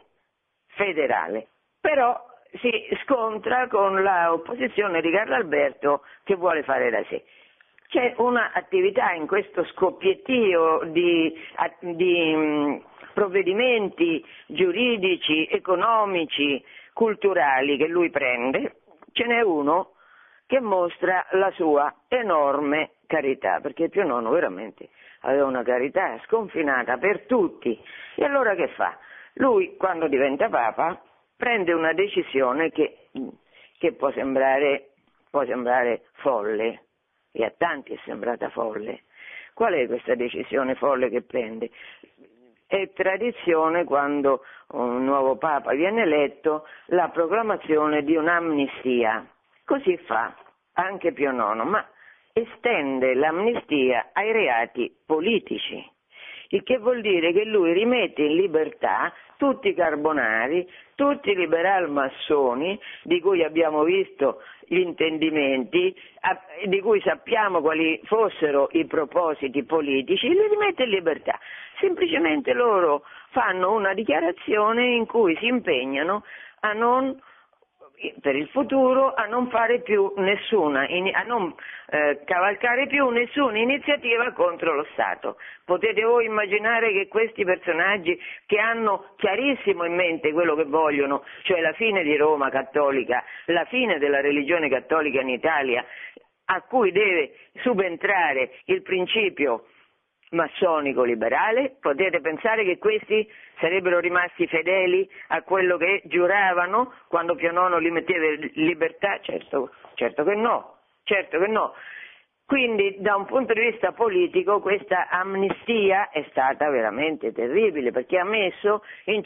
però si scontra con l'opposizione di Carlo Alberto che vuole fare da sé. C'è un'attività in questo scoppiettio di provvedimenti giuridici, economici, culturali che lui prende, ce n'è uno che mostra la sua enorme carità, perché Pio IX veramente aveva una carità sconfinata per tutti. E allora che fa? Lui, quando diventa Papa, prende una decisione che può sembrare folle, e a tanti è sembrata folle. Qual è questa decisione folle che prende? È tradizione, quando un nuovo Papa viene eletto, la proclamazione di un'amnistia. Così fa anche Pio IX, ma estende l'amnistia ai reati politici, il che vuol dire che lui rimette in libertà tutti i carbonari, tutti i liberal massoni, di cui abbiamo visto gli intendimenti, di cui sappiamo quali fossero i propositi politici, li rimette in libertà. Semplicemente loro fanno una dichiarazione in cui si impegnano a non, per il futuro, a non fare più a non cavalcare più nessuna iniziativa contro lo Stato. Potete voi immaginare che questi personaggi, che hanno chiarissimo in mente quello che vogliono, cioè la fine di Roma cattolica, la fine della religione cattolica in Italia, a cui deve subentrare il principio massonico liberale, potete pensare che questi sarebbero rimasti fedeli a quello che giuravano quando Pio IX li metteva in libertà? Certo che no. Quindi da un punto di vista politico questa amnistia è stata veramente terribile, perché ha rimesso in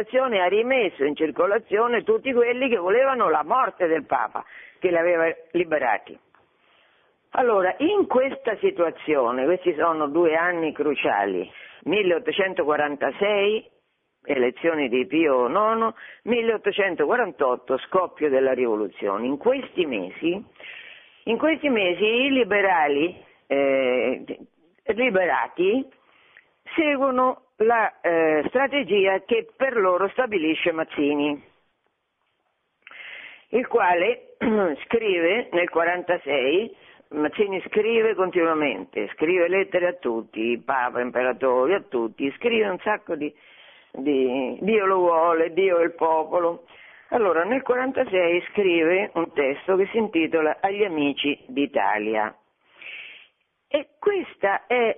circolazione tutti quelli che volevano la morte del Papa, che li aveva liberati. Allora, in questa situazione, questi sono 2 anni cruciali, 1846, elezioni di Pio IX, 1848, scoppio della rivoluzione. In questi mesi i liberali liberati seguono la strategia che per loro stabilisce Mazzini, il quale scrive nel 1946. Mazzini scrive continuamente, scrive lettere a tutti, Papa, imperatori, a tutti, scrive un sacco di Dio lo vuole, Dio è il popolo. Allora nel 1946 scrive un testo che si intitola Agli amici d'Italia. E questa è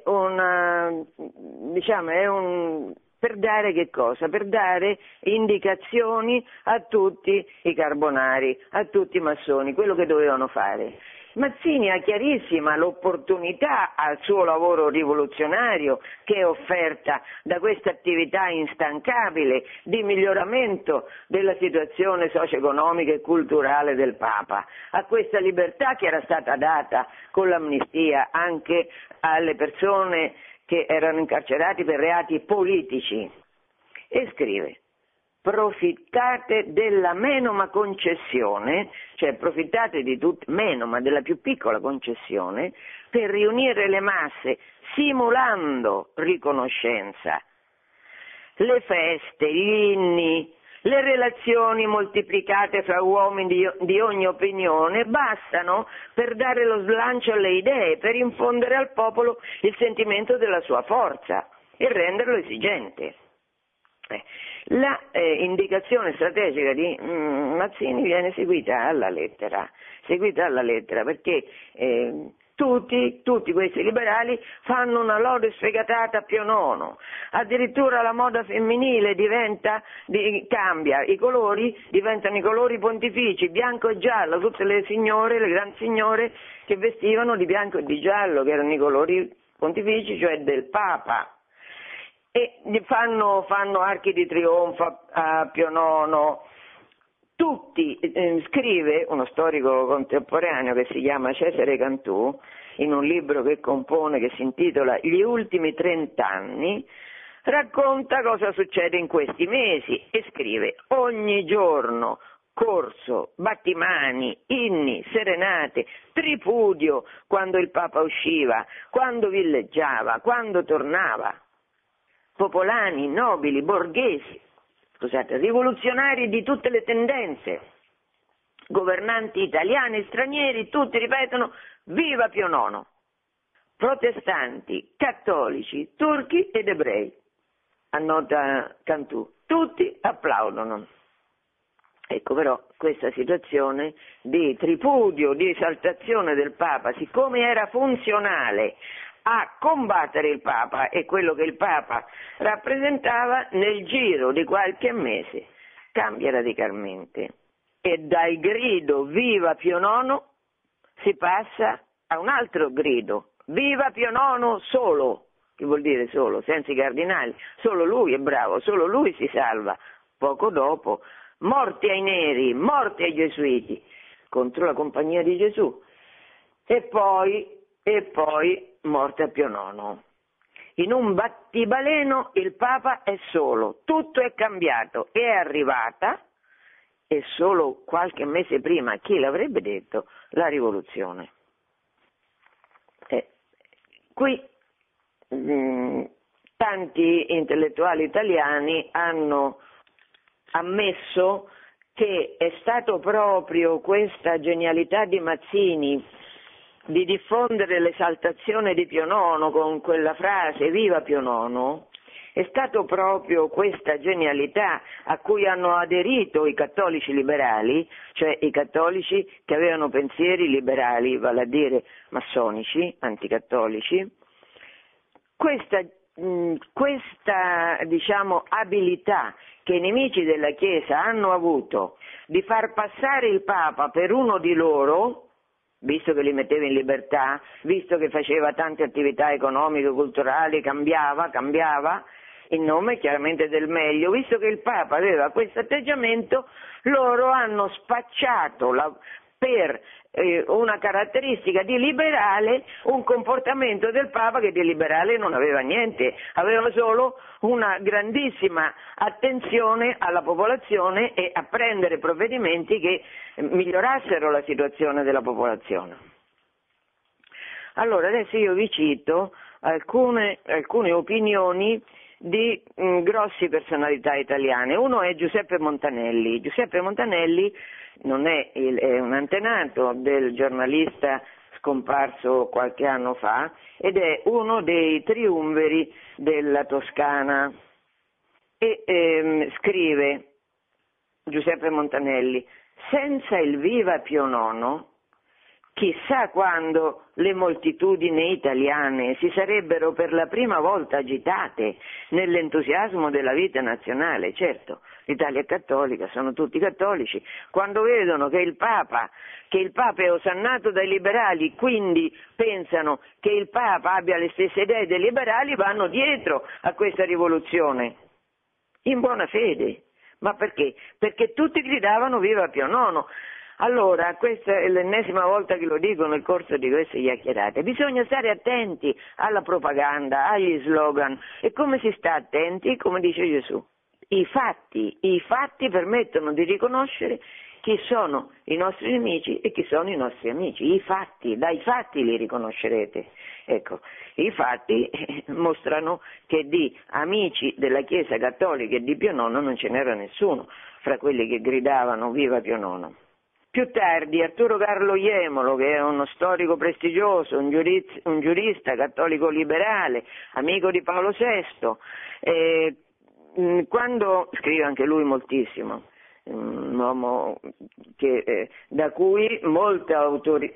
per dare che cosa? Per dare indicazioni a tutti i carbonari, a tutti i massoni, quello che dovevano fare. Mazzini ha chiarissima l'opportunità al suo lavoro rivoluzionario che è offerta da questa attività instancabile di miglioramento della situazione socio-economica e culturale del Papa, a questa libertà che era stata data con l'amnistia anche alle persone che erano incarcerati per reati politici. E scrive: profittate della menoma concessione, cioè approfittate di menoma della più piccola concessione, per riunire le masse simulando riconoscenza. Le feste, gli inni, le relazioni moltiplicate fra uomini di ogni opinione bastano per dare lo slancio alle idee, per infondere al popolo il sentimento della sua forza e renderlo esigente. La indicazione strategica di Mazzini viene seguita alla lettera perché Tutti questi liberali fanno una lode sfegatata a Pio IX, addirittura la moda femminile cambia, i colori diventano i colori pontifici, bianco e giallo, tutte le signore, le grandi signore che vestivano di bianco e di giallo, che erano i colori pontifici, cioè del Papa, e fanno archi di trionfo a Pio IX. Scrive uno storico contemporaneo che si chiama Cesare Cantù, in un libro che compone, che si intitola Gli ultimi 30 anni, racconta cosa succede in questi mesi e scrive: ogni giorno corso, battimani, inni, serenate, tripudio quando il Papa usciva, quando villeggiava, quando tornava, popolani, nobili, borghesi, rivoluzionari di tutte le tendenze, governanti italiani e stranieri, tutti ripetono viva Pio IX, protestanti, cattolici, turchi ed ebrei, annota Cantù, tutti applaudono. Ecco, però questa situazione di tripudio, di esaltazione del Papa, siccome era funzionale a combattere il Papa e quello che il Papa rappresentava, nel giro di qualche mese cambia radicalmente e dal grido viva Pio IX si passa a un altro grido, viva Pio IX solo, che vuol dire solo, senza i cardinali, solo lui è bravo, solo lui si salva. Poco dopo, morti ai neri, morti ai gesuiti, contro la Compagnia di Gesù, e poi morte a Pio IX. In un battibaleno il Papa è solo, tutto è cambiato, è arrivata, e solo qualche mese prima, chi l'avrebbe detto, la rivoluzione. Qui tanti intellettuali italiani hanno ammesso che è stato proprio questa genialità di Mazzini di diffondere l'esaltazione di Pio IX con quella frase viva Pio IX, è stato proprio questa genialità a cui hanno aderito i cattolici liberali, cioè i cattolici che avevano pensieri liberali, vale a dire massonici, anticattolici. Questa abilità che i nemici della Chiesa hanno avuto di far passare il Papa per uno di loro, visto che li metteva in libertà, visto che faceva tante attività economiche, culturali, cambiava, in nome chiaramente del meglio, visto che il Papa aveva questo atteggiamento, loro hanno spacciato per una caratteristica di liberale un comportamento del Papa che di liberale non aveva niente, aveva solo una grandissima attenzione alla popolazione e a prendere provvedimenti che migliorassero la situazione della popolazione. Allora adesso io vi cito alcune opinioni di grossi personalità italiane. Uno è Giuseppe Montanelli. Giuseppe Montanelli è un antenato del giornalista scomparso qualche anno fa ed è uno dei triumviri della Toscana e scrive Giuseppe Montanelli: senza il viva Pio IX chissà quando le moltitudini italiane si sarebbero per la prima volta agitate nell'entusiasmo della vita nazionale. Certo, l'Italia è cattolica, sono tutti cattolici, quando vedono che il Papa è osannato dai liberali, quindi pensano che il Papa abbia le stesse idee dei liberali, vanno dietro a questa rivoluzione, in buona fede. Ma perché? Perché tutti gridavano viva Pio IX. Allora, questa è l'ennesima volta che lo dico nel corso di queste chiacchierate, bisogna stare attenti alla propaganda, agli slogan. E come si sta attenti? Come dice Gesù, i fatti permettono di riconoscere chi sono i nostri nemici e chi sono i nostri amici. I fatti, dai fatti li riconoscerete. Ecco, i fatti mostrano che di amici della Chiesa Cattolica e di Pio IX non ce n'era nessuno fra quelli che gridavano viva Pio IX. Più tardi Arturo Carlo Jemolo, che è uno storico prestigioso, un giurista cattolico liberale, amico di Paolo VI, quando scrive anche lui moltissimo, un uomo da cui molta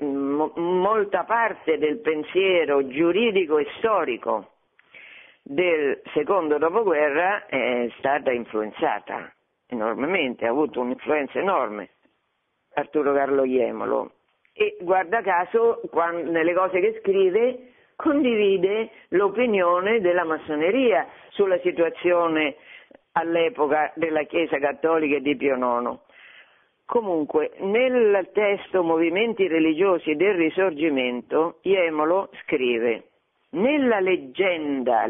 parte del pensiero giuridico e storico del secondo dopoguerra è stata influenzata enormemente, ha avuto un'influenza enorme Arturo Carlo Jemolo, e guarda caso nelle cose che scrive condivide l'opinione della massoneria sulla situazione all'epoca della Chiesa Cattolica e di Pio IX. Comunque, nel testo Movimenti religiosi del Risorgimento, Jemolo scrive: nella leggenda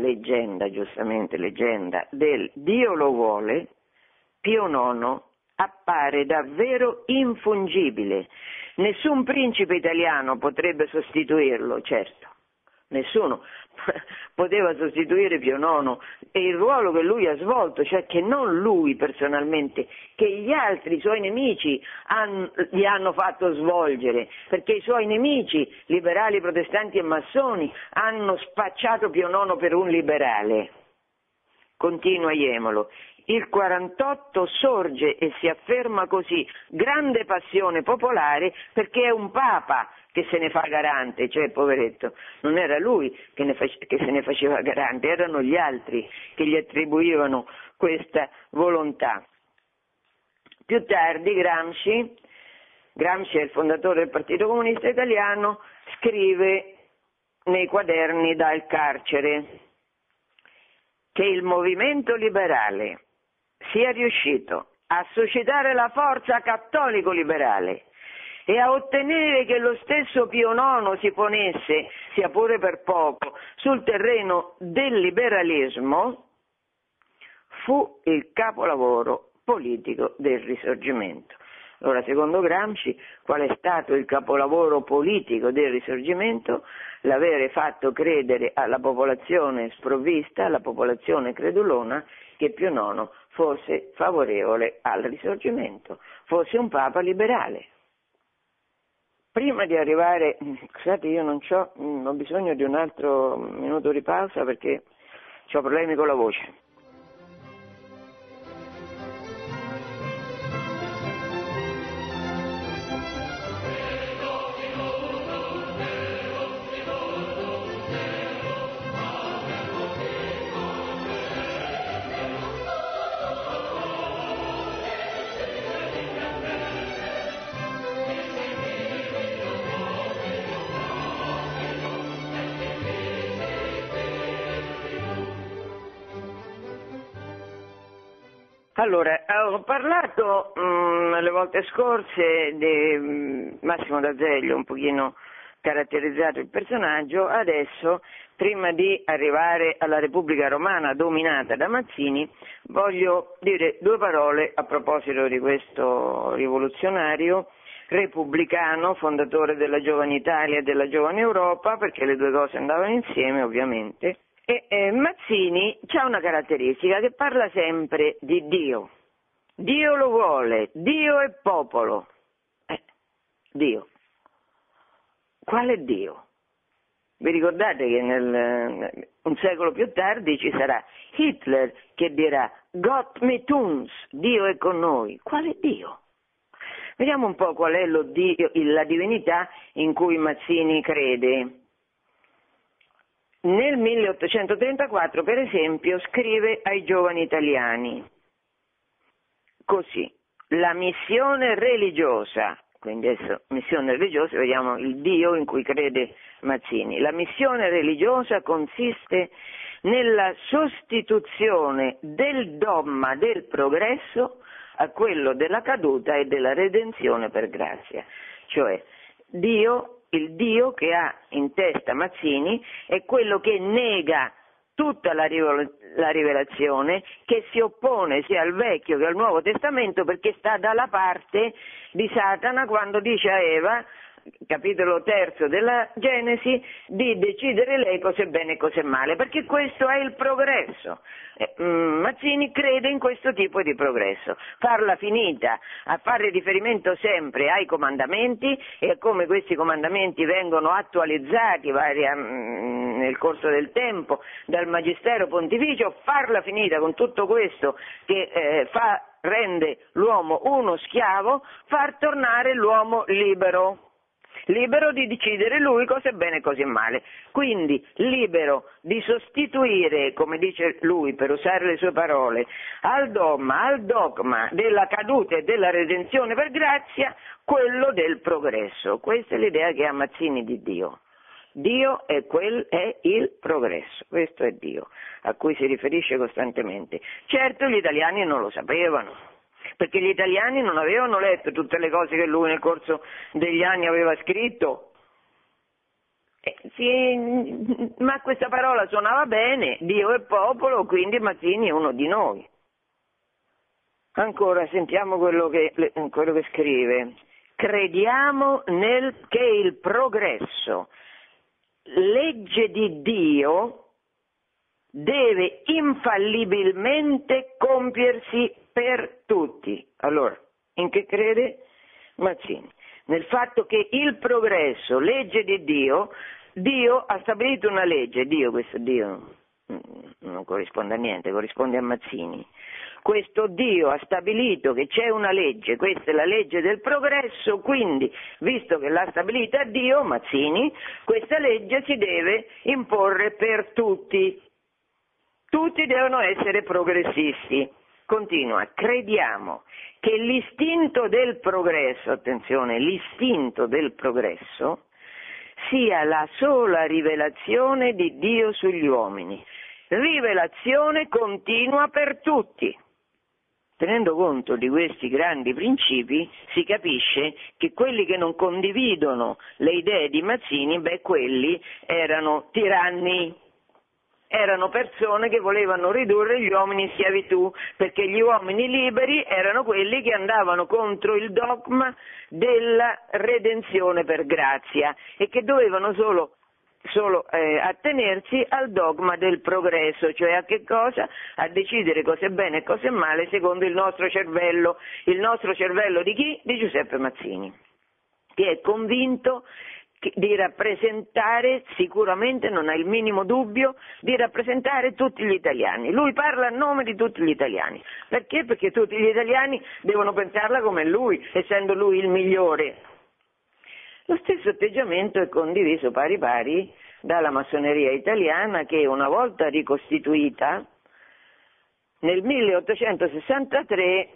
del Dio lo vuole, Pio IX appare davvero infungibile. Nessun principe italiano potrebbe sostituirlo, certo. Nessuno poteva sostituire Pio IX e il ruolo che lui ha svolto, cioè che non lui personalmente, che gli altri suoi nemici gli hanno fatto svolgere, perché i suoi nemici, liberali, protestanti e massoni, hanno spacciato Pio IX per un liberale. Continua Jemolo. Il 48 sorge e si afferma così, grande passione popolare, perché è un papa che se ne fa garante, cioè poveretto, non era lui che se ne faceva garante, erano gli altri che gli attribuivano questa volontà. Più tardi Gramsci è il fondatore del Partito Comunista Italiano, scrive nei quaderni dal carcere che il movimento liberale sia riuscito a suscitare la forza cattolico-liberale e a ottenere che lo stesso Pio IX si ponesse, sia pure per poco, sul terreno del liberalismo, fu il capolavoro politico del Risorgimento. Allora, secondo Gramsci, qual è stato il capolavoro politico del Risorgimento? L'avere fatto credere alla popolazione sprovvista, alla popolazione credulona, che Pio IX fosse favorevole al Risorgimento, fosse un Papa liberale. Prima di arrivare, scusate, io ho bisogno di un altro minuto di pausa perché ho problemi con la voce. Allora, ho parlato le volte scorse di Massimo d'Azeglio, un pochino caratterizzato il personaggio. Adesso, prima di arrivare alla Repubblica Romana dominata da Mazzini, voglio dire due parole a proposito di questo rivoluzionario repubblicano, fondatore della Giovane Italia e della Giovane Europa, perché le due cose andavano insieme ovviamente. E Mazzini ha una caratteristica, che parla sempre di Dio. Dio lo vuole, Dio è popolo. Dio. Quale Dio? Vi ricordate che un secolo più tardi ci sarà Hitler che dirà Gott mit uns, Dio è con noi. Quale Dio? Vediamo un po' qual è la divinità in cui Mazzini crede. Nel 1834, per esempio, scrive ai giovani italiani così: la missione religiosa, quindi adesso missione religiosa, vediamo il Dio in cui crede Mazzini, la missione religiosa consiste nella sostituzione del dogma del progresso a quello della caduta e della redenzione per grazia, cioè il Dio che ha in testa Mazzini è quello che nega tutta la rivelazione, che si oppone sia al Vecchio che al Nuovo Testamento, perché sta dalla parte di Satana quando dice a Eva, capitolo 3 della Genesi, di decidere lei cosa è bene e cosa è male, perché questo è il progresso. Mazzini crede in questo tipo di progresso, farla finita a fare riferimento sempre ai comandamenti e a come questi comandamenti vengono attualizzati nel corso del tempo dal Magistero Pontificio, farla finita con tutto questo che fa rende l'uomo uno schiavo, far tornare l'uomo libero di decidere lui cosa è bene e cosa è male, quindi libero di sostituire, come dice lui, per usare le sue parole, al dogma della caduta e della redenzione per grazia, quello del progresso. Questa è l'idea che ha Mazzini di Dio. Dio è il progresso, questo è Dio, a cui si riferisce costantemente. Certo gli italiani non lo sapevano, perché gli italiani non avevano letto tutte le cose che lui nel corso degli anni aveva scritto. Ma questa parola suonava bene, Dio è popolo, quindi Mazzini è uno di noi. Ancora sentiamo quello che scrive. Crediamo che il progresso, legge di Dio, deve infallibilmente compiersi per tutti. Allora, in che crede Mazzini? Nel fatto che il progresso, legge di Dio ha stabilito una legge, questo Dio non corrisponde a niente, corrisponde a Mazzini. Questo Dio ha stabilito che c'è una legge, questa è la legge del progresso, quindi, visto che l'ha stabilita Dio, Mazzini, questa legge si deve imporre per tutti. Tutti devono essere progressisti. Continua, crediamo che l'istinto del progresso, attenzione, l'istinto del progresso, sia la sola rivelazione di Dio sugli uomini. Rivelazione continua per tutti. Tenendo conto di questi grandi principi, si capisce che quelli che non condividono le idee di Mazzini, quelli erano tiranni. Erano persone che volevano ridurre gli uomini in schiavitù, perché gli uomini liberi erano quelli che andavano contro il dogma della redenzione per grazia e che dovevano solo attenersi al dogma del progresso, cioè a che cosa? A decidere cosa è bene e cosa è male secondo il nostro cervello di chi? Di Giuseppe Mazzini, che è convinto di rappresentare, sicuramente non ha il minimo dubbio, di rappresentare tutti gli italiani. Lui parla a nome di tutti gli italiani. Perché? Perché tutti gli italiani devono pensarla come lui, essendo lui il migliore. Lo stesso atteggiamento è condiviso pari pari dalla massoneria italiana che una volta ricostituita nel 1863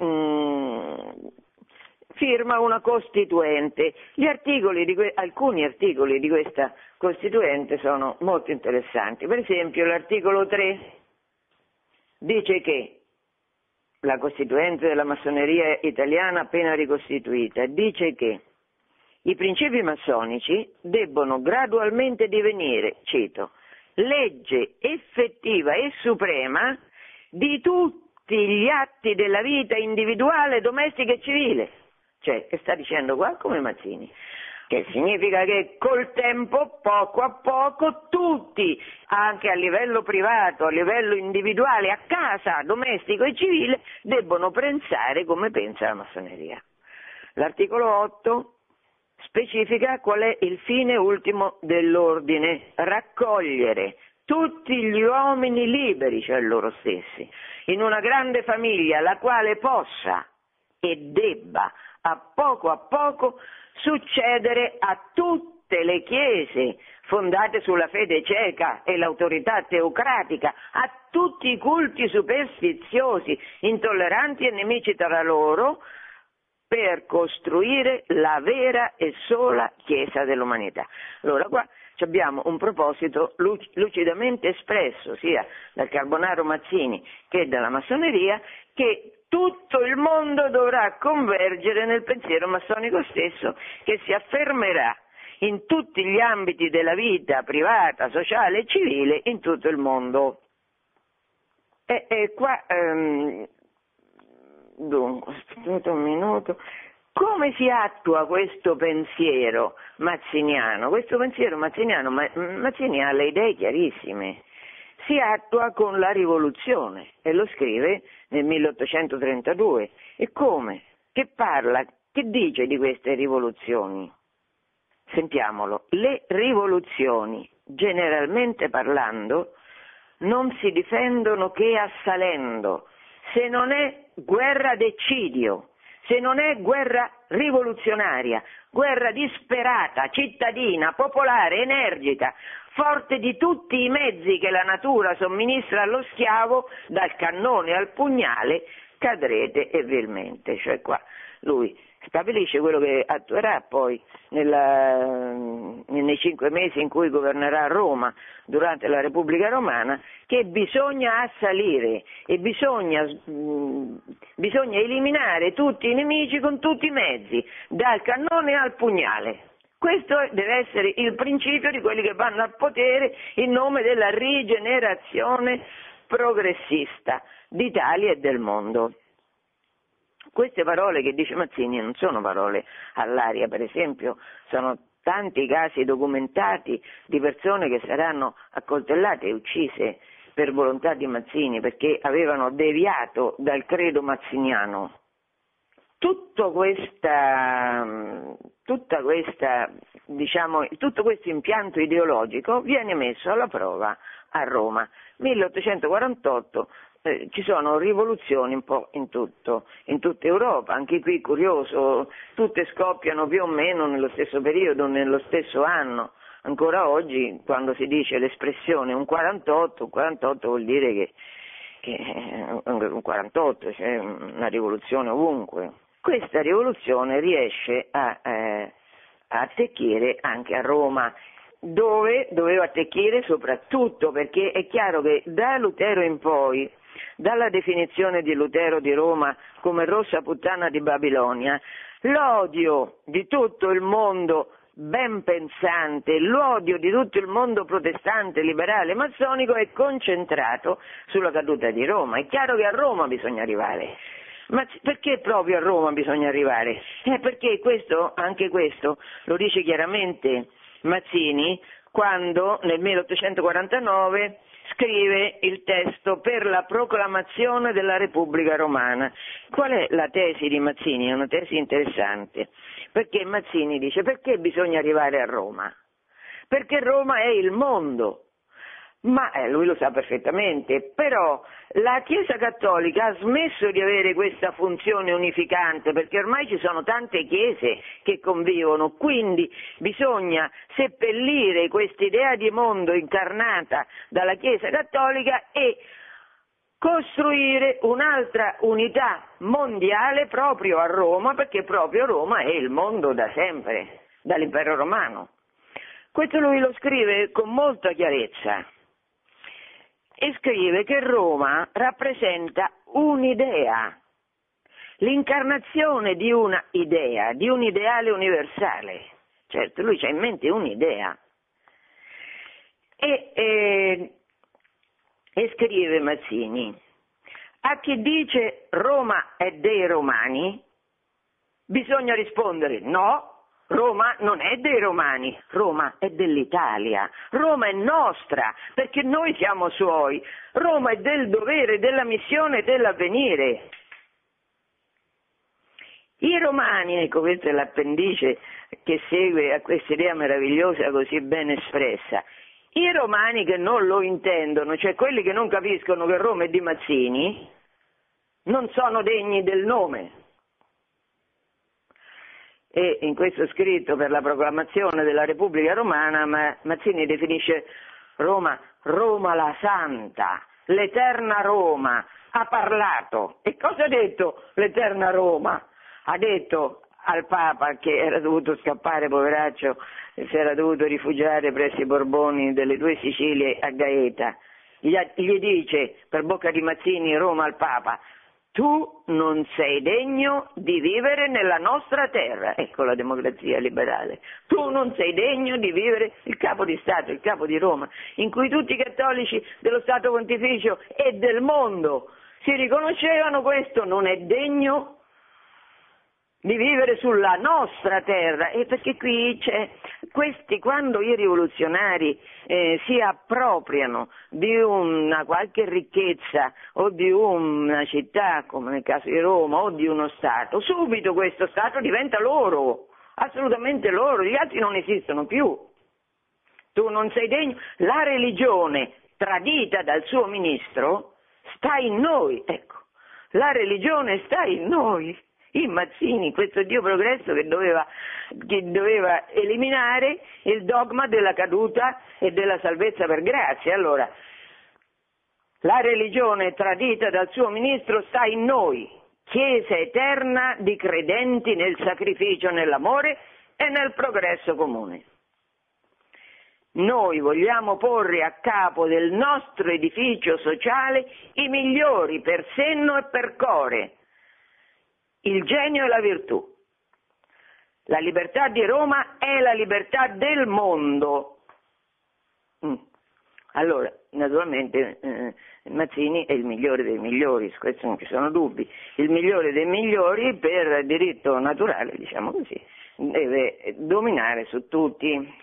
firma una costituente. Alcuni articoli di questa costituente sono molto interessanti. Per esempio l'articolo 3 dice che la costituente della massoneria italiana appena ricostituita dice che i principi massonici debbono gradualmente divenire, cito, legge effettiva e suprema di tutti gli atti della vita individuale, domestica e civile. Cioè, che sta dicendo qua come Mazzini, che significa che col tempo, poco a poco, tutti, anche a livello privato, a livello individuale, a casa, domestico e civile, debbono pensare come pensa la massoneria. L'articolo 8 specifica qual è il fine ultimo dell'ordine: raccogliere tutti gli uomini liberi, cioè loro stessi, in una grande famiglia la quale possa e debba a poco succedere a tutte le chiese fondate sulla fede cieca e l'autorità teocratica, a tutti i culti superstiziosi, intolleranti e nemici tra loro, per costruire la vera e sola Chiesa dell'umanità. Allora qua abbiamo un proposito lucidamente espresso sia dal Carbonaro Mazzini che dalla massoneria, che tutto il mondo dovrà convergere nel pensiero massonico stesso, che si affermerà in tutti gli ambiti della vita privata, sociale e civile in tutto il mondo. E qua, dunque, aspettate un minuto. Come si attua questo pensiero mazziniano? Questo pensiero mazziniano, Mazzini ha le idee chiarissime. Si attua con la rivoluzione e lo scrive nel 1832. E come? Che parla? Che dice di queste rivoluzioni? Sentiamolo. Le rivoluzioni, generalmente parlando, non si difendono che assalendo, se non è guerra d'eccidio, se non è guerra rivoluzionaria, guerra disperata, cittadina, popolare, energica, forte di tutti i mezzi che la natura somministra allo schiavo, dal cannone al pugnale, cadrete e vilmente. Cioè qua lui stabilisce quello che attuerà poi nei 5 mesi in cui governerà Roma durante la Repubblica Romana, che bisogna assalire e bisogna eliminare tutti i nemici con tutti i mezzi, dal cannone al pugnale. Questo deve essere il principio di quelli che vanno al potere in nome della rigenerazione progressista d'Italia e del mondo. Queste parole che dice Mazzini non sono parole all'aria, per esempio sono tanti i casi documentati di persone che saranno accoltellate e uccise per volontà di Mazzini perché avevano deviato dal credo mazziniano. Tutto questo impianto ideologico viene messo alla prova a Roma. 1848 ci sono rivoluzioni un po' in tutta Europa, anche qui curioso, tutte scoppiano più o meno nello stesso periodo, nello stesso anno. Ancora oggi quando si dice l'espressione un 48 vuol dire che un 48 c'è una rivoluzione ovunque. Questa rivoluzione riesce a attecchire anche a Roma, dove doveva attecchire soprattutto perché è chiaro che da Lutero in poi, dalla definizione di Lutero di Roma come rossa puttana di Babilonia, l'odio di tutto il mondo ben pensante, l'odio di tutto il mondo protestante, liberale, massonico è concentrato sulla caduta di Roma. È chiaro che a Roma bisogna arrivare. Ma perché proprio a Roma bisogna arrivare? Perché anche questo lo dice chiaramente Mazzini quando nel 1849 scrive il testo per la proclamazione della Repubblica Romana. Qual è la tesi di Mazzini? È una tesi interessante, perché Mazzini dice perché bisogna arrivare a Roma? Perché Roma è il mondo. Ma lui lo sa perfettamente, però la Chiesa Cattolica ha smesso di avere questa funzione unificante perché ormai ci sono tante chiese che convivono, quindi bisogna seppellire quest'idea di mondo incarnata dalla Chiesa Cattolica e costruire un'altra unità mondiale proprio a Roma, perché proprio Roma è il mondo da sempre, dall'impero romano. Questo lui lo scrive con molta chiarezza. E scrive che Roma rappresenta un'idea, l'incarnazione di una idea, di un ideale universale. Certo, lui c'ha in mente un'idea. E scrive Mazzini, a chi dice Roma è dei romani, bisogna rispondere no. Roma non è dei romani, Roma è dell'Italia, Roma è nostra, perché noi siamo suoi, Roma è del dovere, della missione e dell'avvenire. I romani, ecco questa è l'appendice che segue a questa idea meravigliosa così ben espressa, i romani che non lo intendono, cioè quelli che non capiscono che Roma è di Mazzini, non sono degni del nome. E in questo scritto per la proclamazione della Repubblica Romana Mazzini definisce Roma la Santa, l'Eterna Roma, ha parlato. E cosa ha detto l'Eterna Roma? Ha detto al Papa che era dovuto scappare, poveraccio, si era dovuto rifugiare presso i Borboni delle due Sicilie a Gaeta. Gli dice per bocca di Mazzini Roma al Papa: tu non sei degno di vivere nella nostra terra. Ecco la democrazia liberale. Tu non sei degno di vivere il capo di Stato, il capo di Roma, in cui tutti i cattolici dello Stato Pontificio e del mondo si riconoscevano questo, non è degno di vivere sulla nostra terra. E perché qui c'è quando i rivoluzionari si appropriano di una qualche ricchezza o di una città, come nel caso di Roma, o di uno Stato, subito questo Stato diventa loro, assolutamente loro, gli altri non esistono più. Tu non sei degno, la religione tradita dal suo ministro sta in noi, ecco. La religione sta in noi. In Mazzini, questo Dio progresso che doveva eliminare il dogma della caduta e della salvezza per grazia. Allora, la religione tradita dal suo ministro sta in noi, Chiesa eterna di credenti nel sacrificio, nell'amore e nel progresso comune. Noi vogliamo porre a capo del nostro edificio sociale i migliori per senno e per core, il genio e la virtù. La libertà di Roma è la libertà del mondo. Allora, naturalmente Mazzini è il migliore dei migliori, su questo non ci sono dubbi. Il migliore dei migliori per diritto naturale, diciamo così, deve dominare su tutti.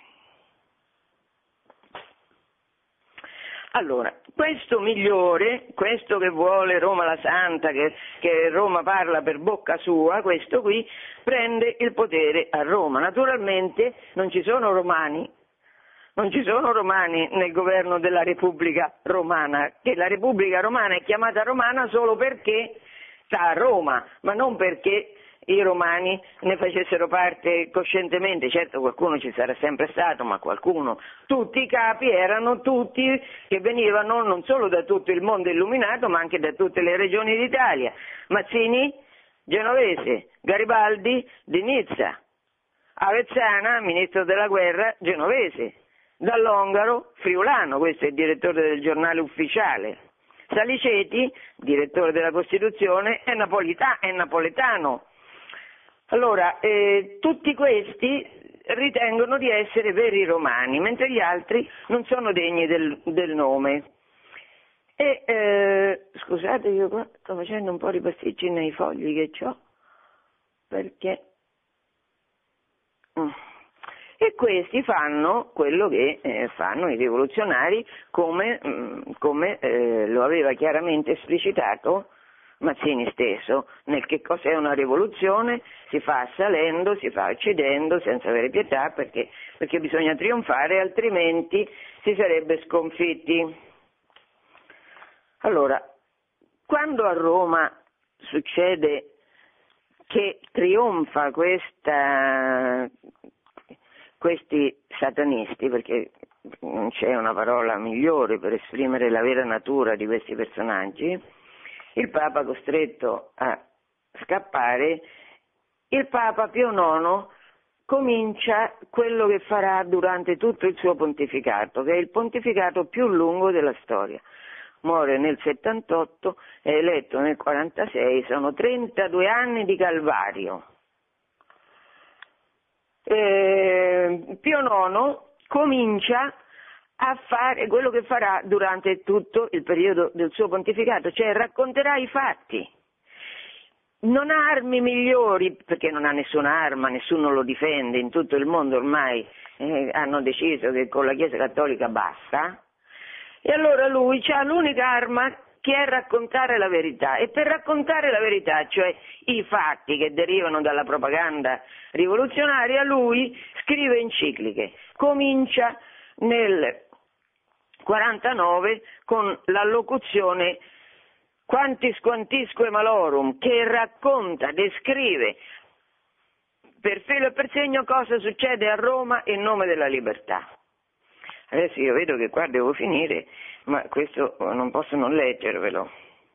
Allora, questo migliore, questo che vuole Roma la Santa, che Roma parla per bocca sua, questo qui prende il potere a Roma. Naturalmente non ci sono romani nel governo della Repubblica Romana, che la Repubblica Romana è chiamata romana solo perché sta a Roma, ma non perché i romani ne facessero parte coscientemente. Certo, qualcuno ci sarà sempre stato, ma qualcuno. Tutti i capi erano tutti che venivano non solo da tutto il mondo illuminato, ma anche da tutte le regioni d'Italia. Mazzini, genovese; Garibaldi, di Nizza; Avezzana, ministro della guerra, genovese; Dall'Ongaro, friulano, questo è il direttore del giornale ufficiale; Saliceti, direttore della Costituzione, è napoletano. Allora, tutti questi ritengono di essere veri romani, mentre gli altri non sono degni del nome. Scusate, io qua sto facendo un po' di pasticci nei fogli che ho, perché... E questi fanno quello che fanno i rivoluzionari, come lo aveva chiaramente esplicitato Mazzini stesso, nel che cos'è una rivoluzione: si fa assalendo, si fa uccidendo, senza avere pietà, perché bisogna trionfare, altrimenti si sarebbe sconfitti. Allora, quando a Roma succede che trionfa questi satanisti, perché non c'è una parola migliore per esprimere la vera natura di questi personaggi, il Papa costretto a scappare, il Papa Pio IX comincia quello che farà durante tutto il suo pontificato, che è il pontificato più lungo della storia. Muore nel 78, è eletto nel 46, sono 32 anni di calvario. Pio IX comincia a fare quello che farà durante tutto il periodo del suo pontificato, cioè racconterà i fatti. Non ha armi migliori, perché non ha nessuna arma, nessuno lo difende, in tutto il mondo ormai hanno deciso che con la Chiesa Cattolica basta, e allora lui ha l'unica arma, che è raccontare la verità. E per raccontare la verità, cioè i fatti che derivano dalla propaganda rivoluzionaria, lui scrive encicliche. Comincia nel 49 con l'allocuzione Quantis Quantisque Malorum, che racconta, descrive per filo e per segno cosa succede a Roma in nome della libertà. Adesso io vedo che qua devo finire, ma questo non posso non leggervelo.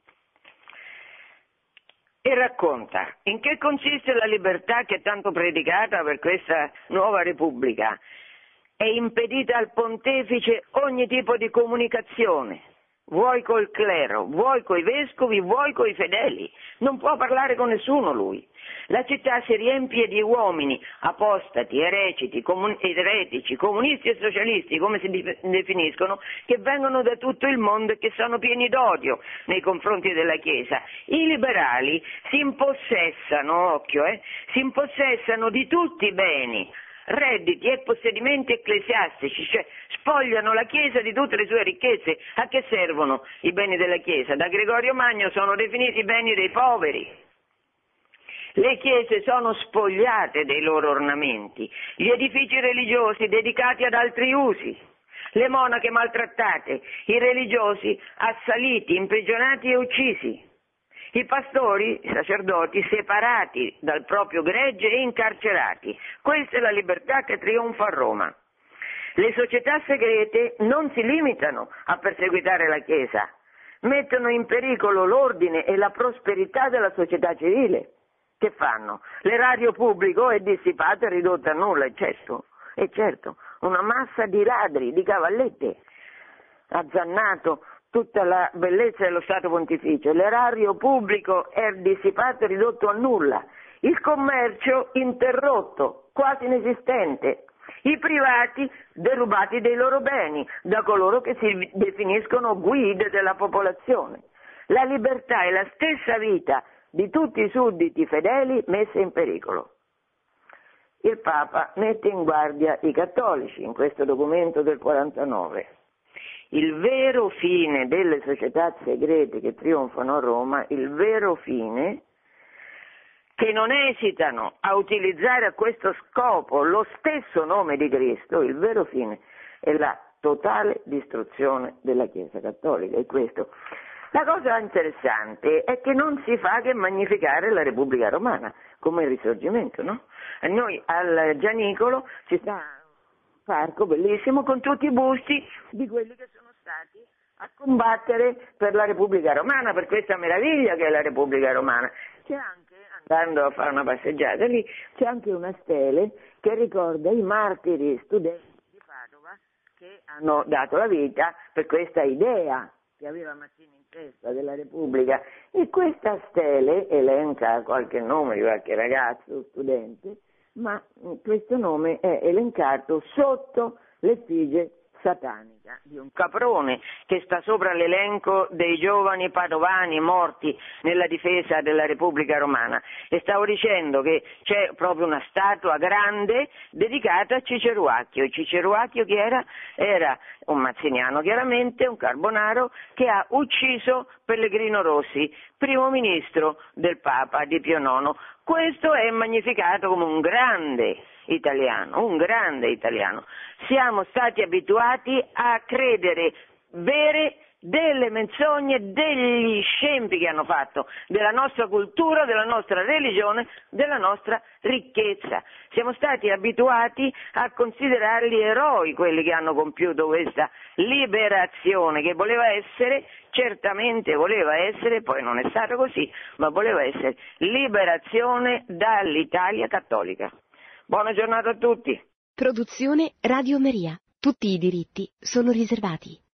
E racconta in che consiste la libertà che è tanto predicata per questa nuova Repubblica. È impedita al pontefice ogni tipo di comunicazione, vuoi col clero, vuoi coi vescovi, vuoi coi fedeli. Non può parlare con nessuno lui. La città si riempie di uomini apostati, eretici, comunisti e socialisti, come si definiscono, che vengono da tutto il mondo e che sono pieni d'odio nei confronti della Chiesa. I liberali si impossessano, si impossessano di tutti i beni, redditi e possedimenti ecclesiastici, cioè spogliano la Chiesa di tutte le sue ricchezze. A che servono i beni della Chiesa? Da Gregorio Magno sono definiti beni dei poveri. Le chiese sono spogliate dei loro ornamenti, gli edifici religiosi dedicati ad altri usi, le monache maltrattate, i religiosi assaliti, imprigionati e uccisi. I pastori, i sacerdoti, separati dal proprio gregge e incarcerati. Questa è la libertà che trionfa a Roma. Le società segrete non si limitano a perseguitare la Chiesa, mettono in pericolo l'ordine e la prosperità della società civile. Che fanno? L'erario pubblico è dissipato e ridotto a nulla, e certo, una massa di ladri, di cavallette, ha zannato tutta la bellezza dello Stato Pontificio. L'erario pubblico è dissipato e ridotto a nulla, il commercio interrotto, quasi inesistente, i privati derubati dei loro beni da coloro che si definiscono guide della popolazione. La libertà e la stessa vita di tutti i sudditi fedeli messe in pericolo. Il Papa mette in guardia i cattolici in questo documento del 49. Il vero fine delle società segrete che trionfano a Roma, il vero fine, che non esitano a utilizzare a questo scopo lo stesso nome di Cristo, il vero fine è la totale distruzione della Chiesa Cattolica. È questo. La cosa interessante è che non si fa che magnificare la Repubblica Romana, come il Risorgimento, no? E noi al Gianicolo ci sta un parco bellissimo con tutti i busti di quelli che sono stati a combattere per la Repubblica Romana, per questa meraviglia che è la Repubblica Romana. C'è anche, andando a fare una passeggiata lì, c'è anche una stele che ricorda i martiri studenti di Padova che hanno dato la vita per questa idea che aveva Mazzini in testa della Repubblica, e questa stele elenca qualche nome di qualche ragazzo, studente, ma questo nome è elencato sotto l'effigie satanica di un caprone che sta sopra l'elenco dei giovani padovani morti nella difesa della Repubblica Romana, e stavo dicendo che c'è proprio una statua grande dedicata a Ciceruacchio. E Ciceruacchio chi era? Era un mazziniano, chiaramente un carbonaro, che ha ucciso Pellegrino Rossi, primo ministro del Papa di Pio IX. Questo è magnificato come un grande italiano, un grande italiano. Siamo stati abituati a credere vere delle menzogne, degli scempi che hanno fatto della nostra cultura, della nostra religione, della nostra ricchezza. Siamo stati abituati a considerarli eroi quelli che hanno compiuto questa liberazione, che voleva essere, certamente voleva essere, poi non è stato così, ma voleva essere liberazione dall'Italia cattolica. Buona giornata a tutti. Produzione Radio Maria. Tutti i diritti sono riservati.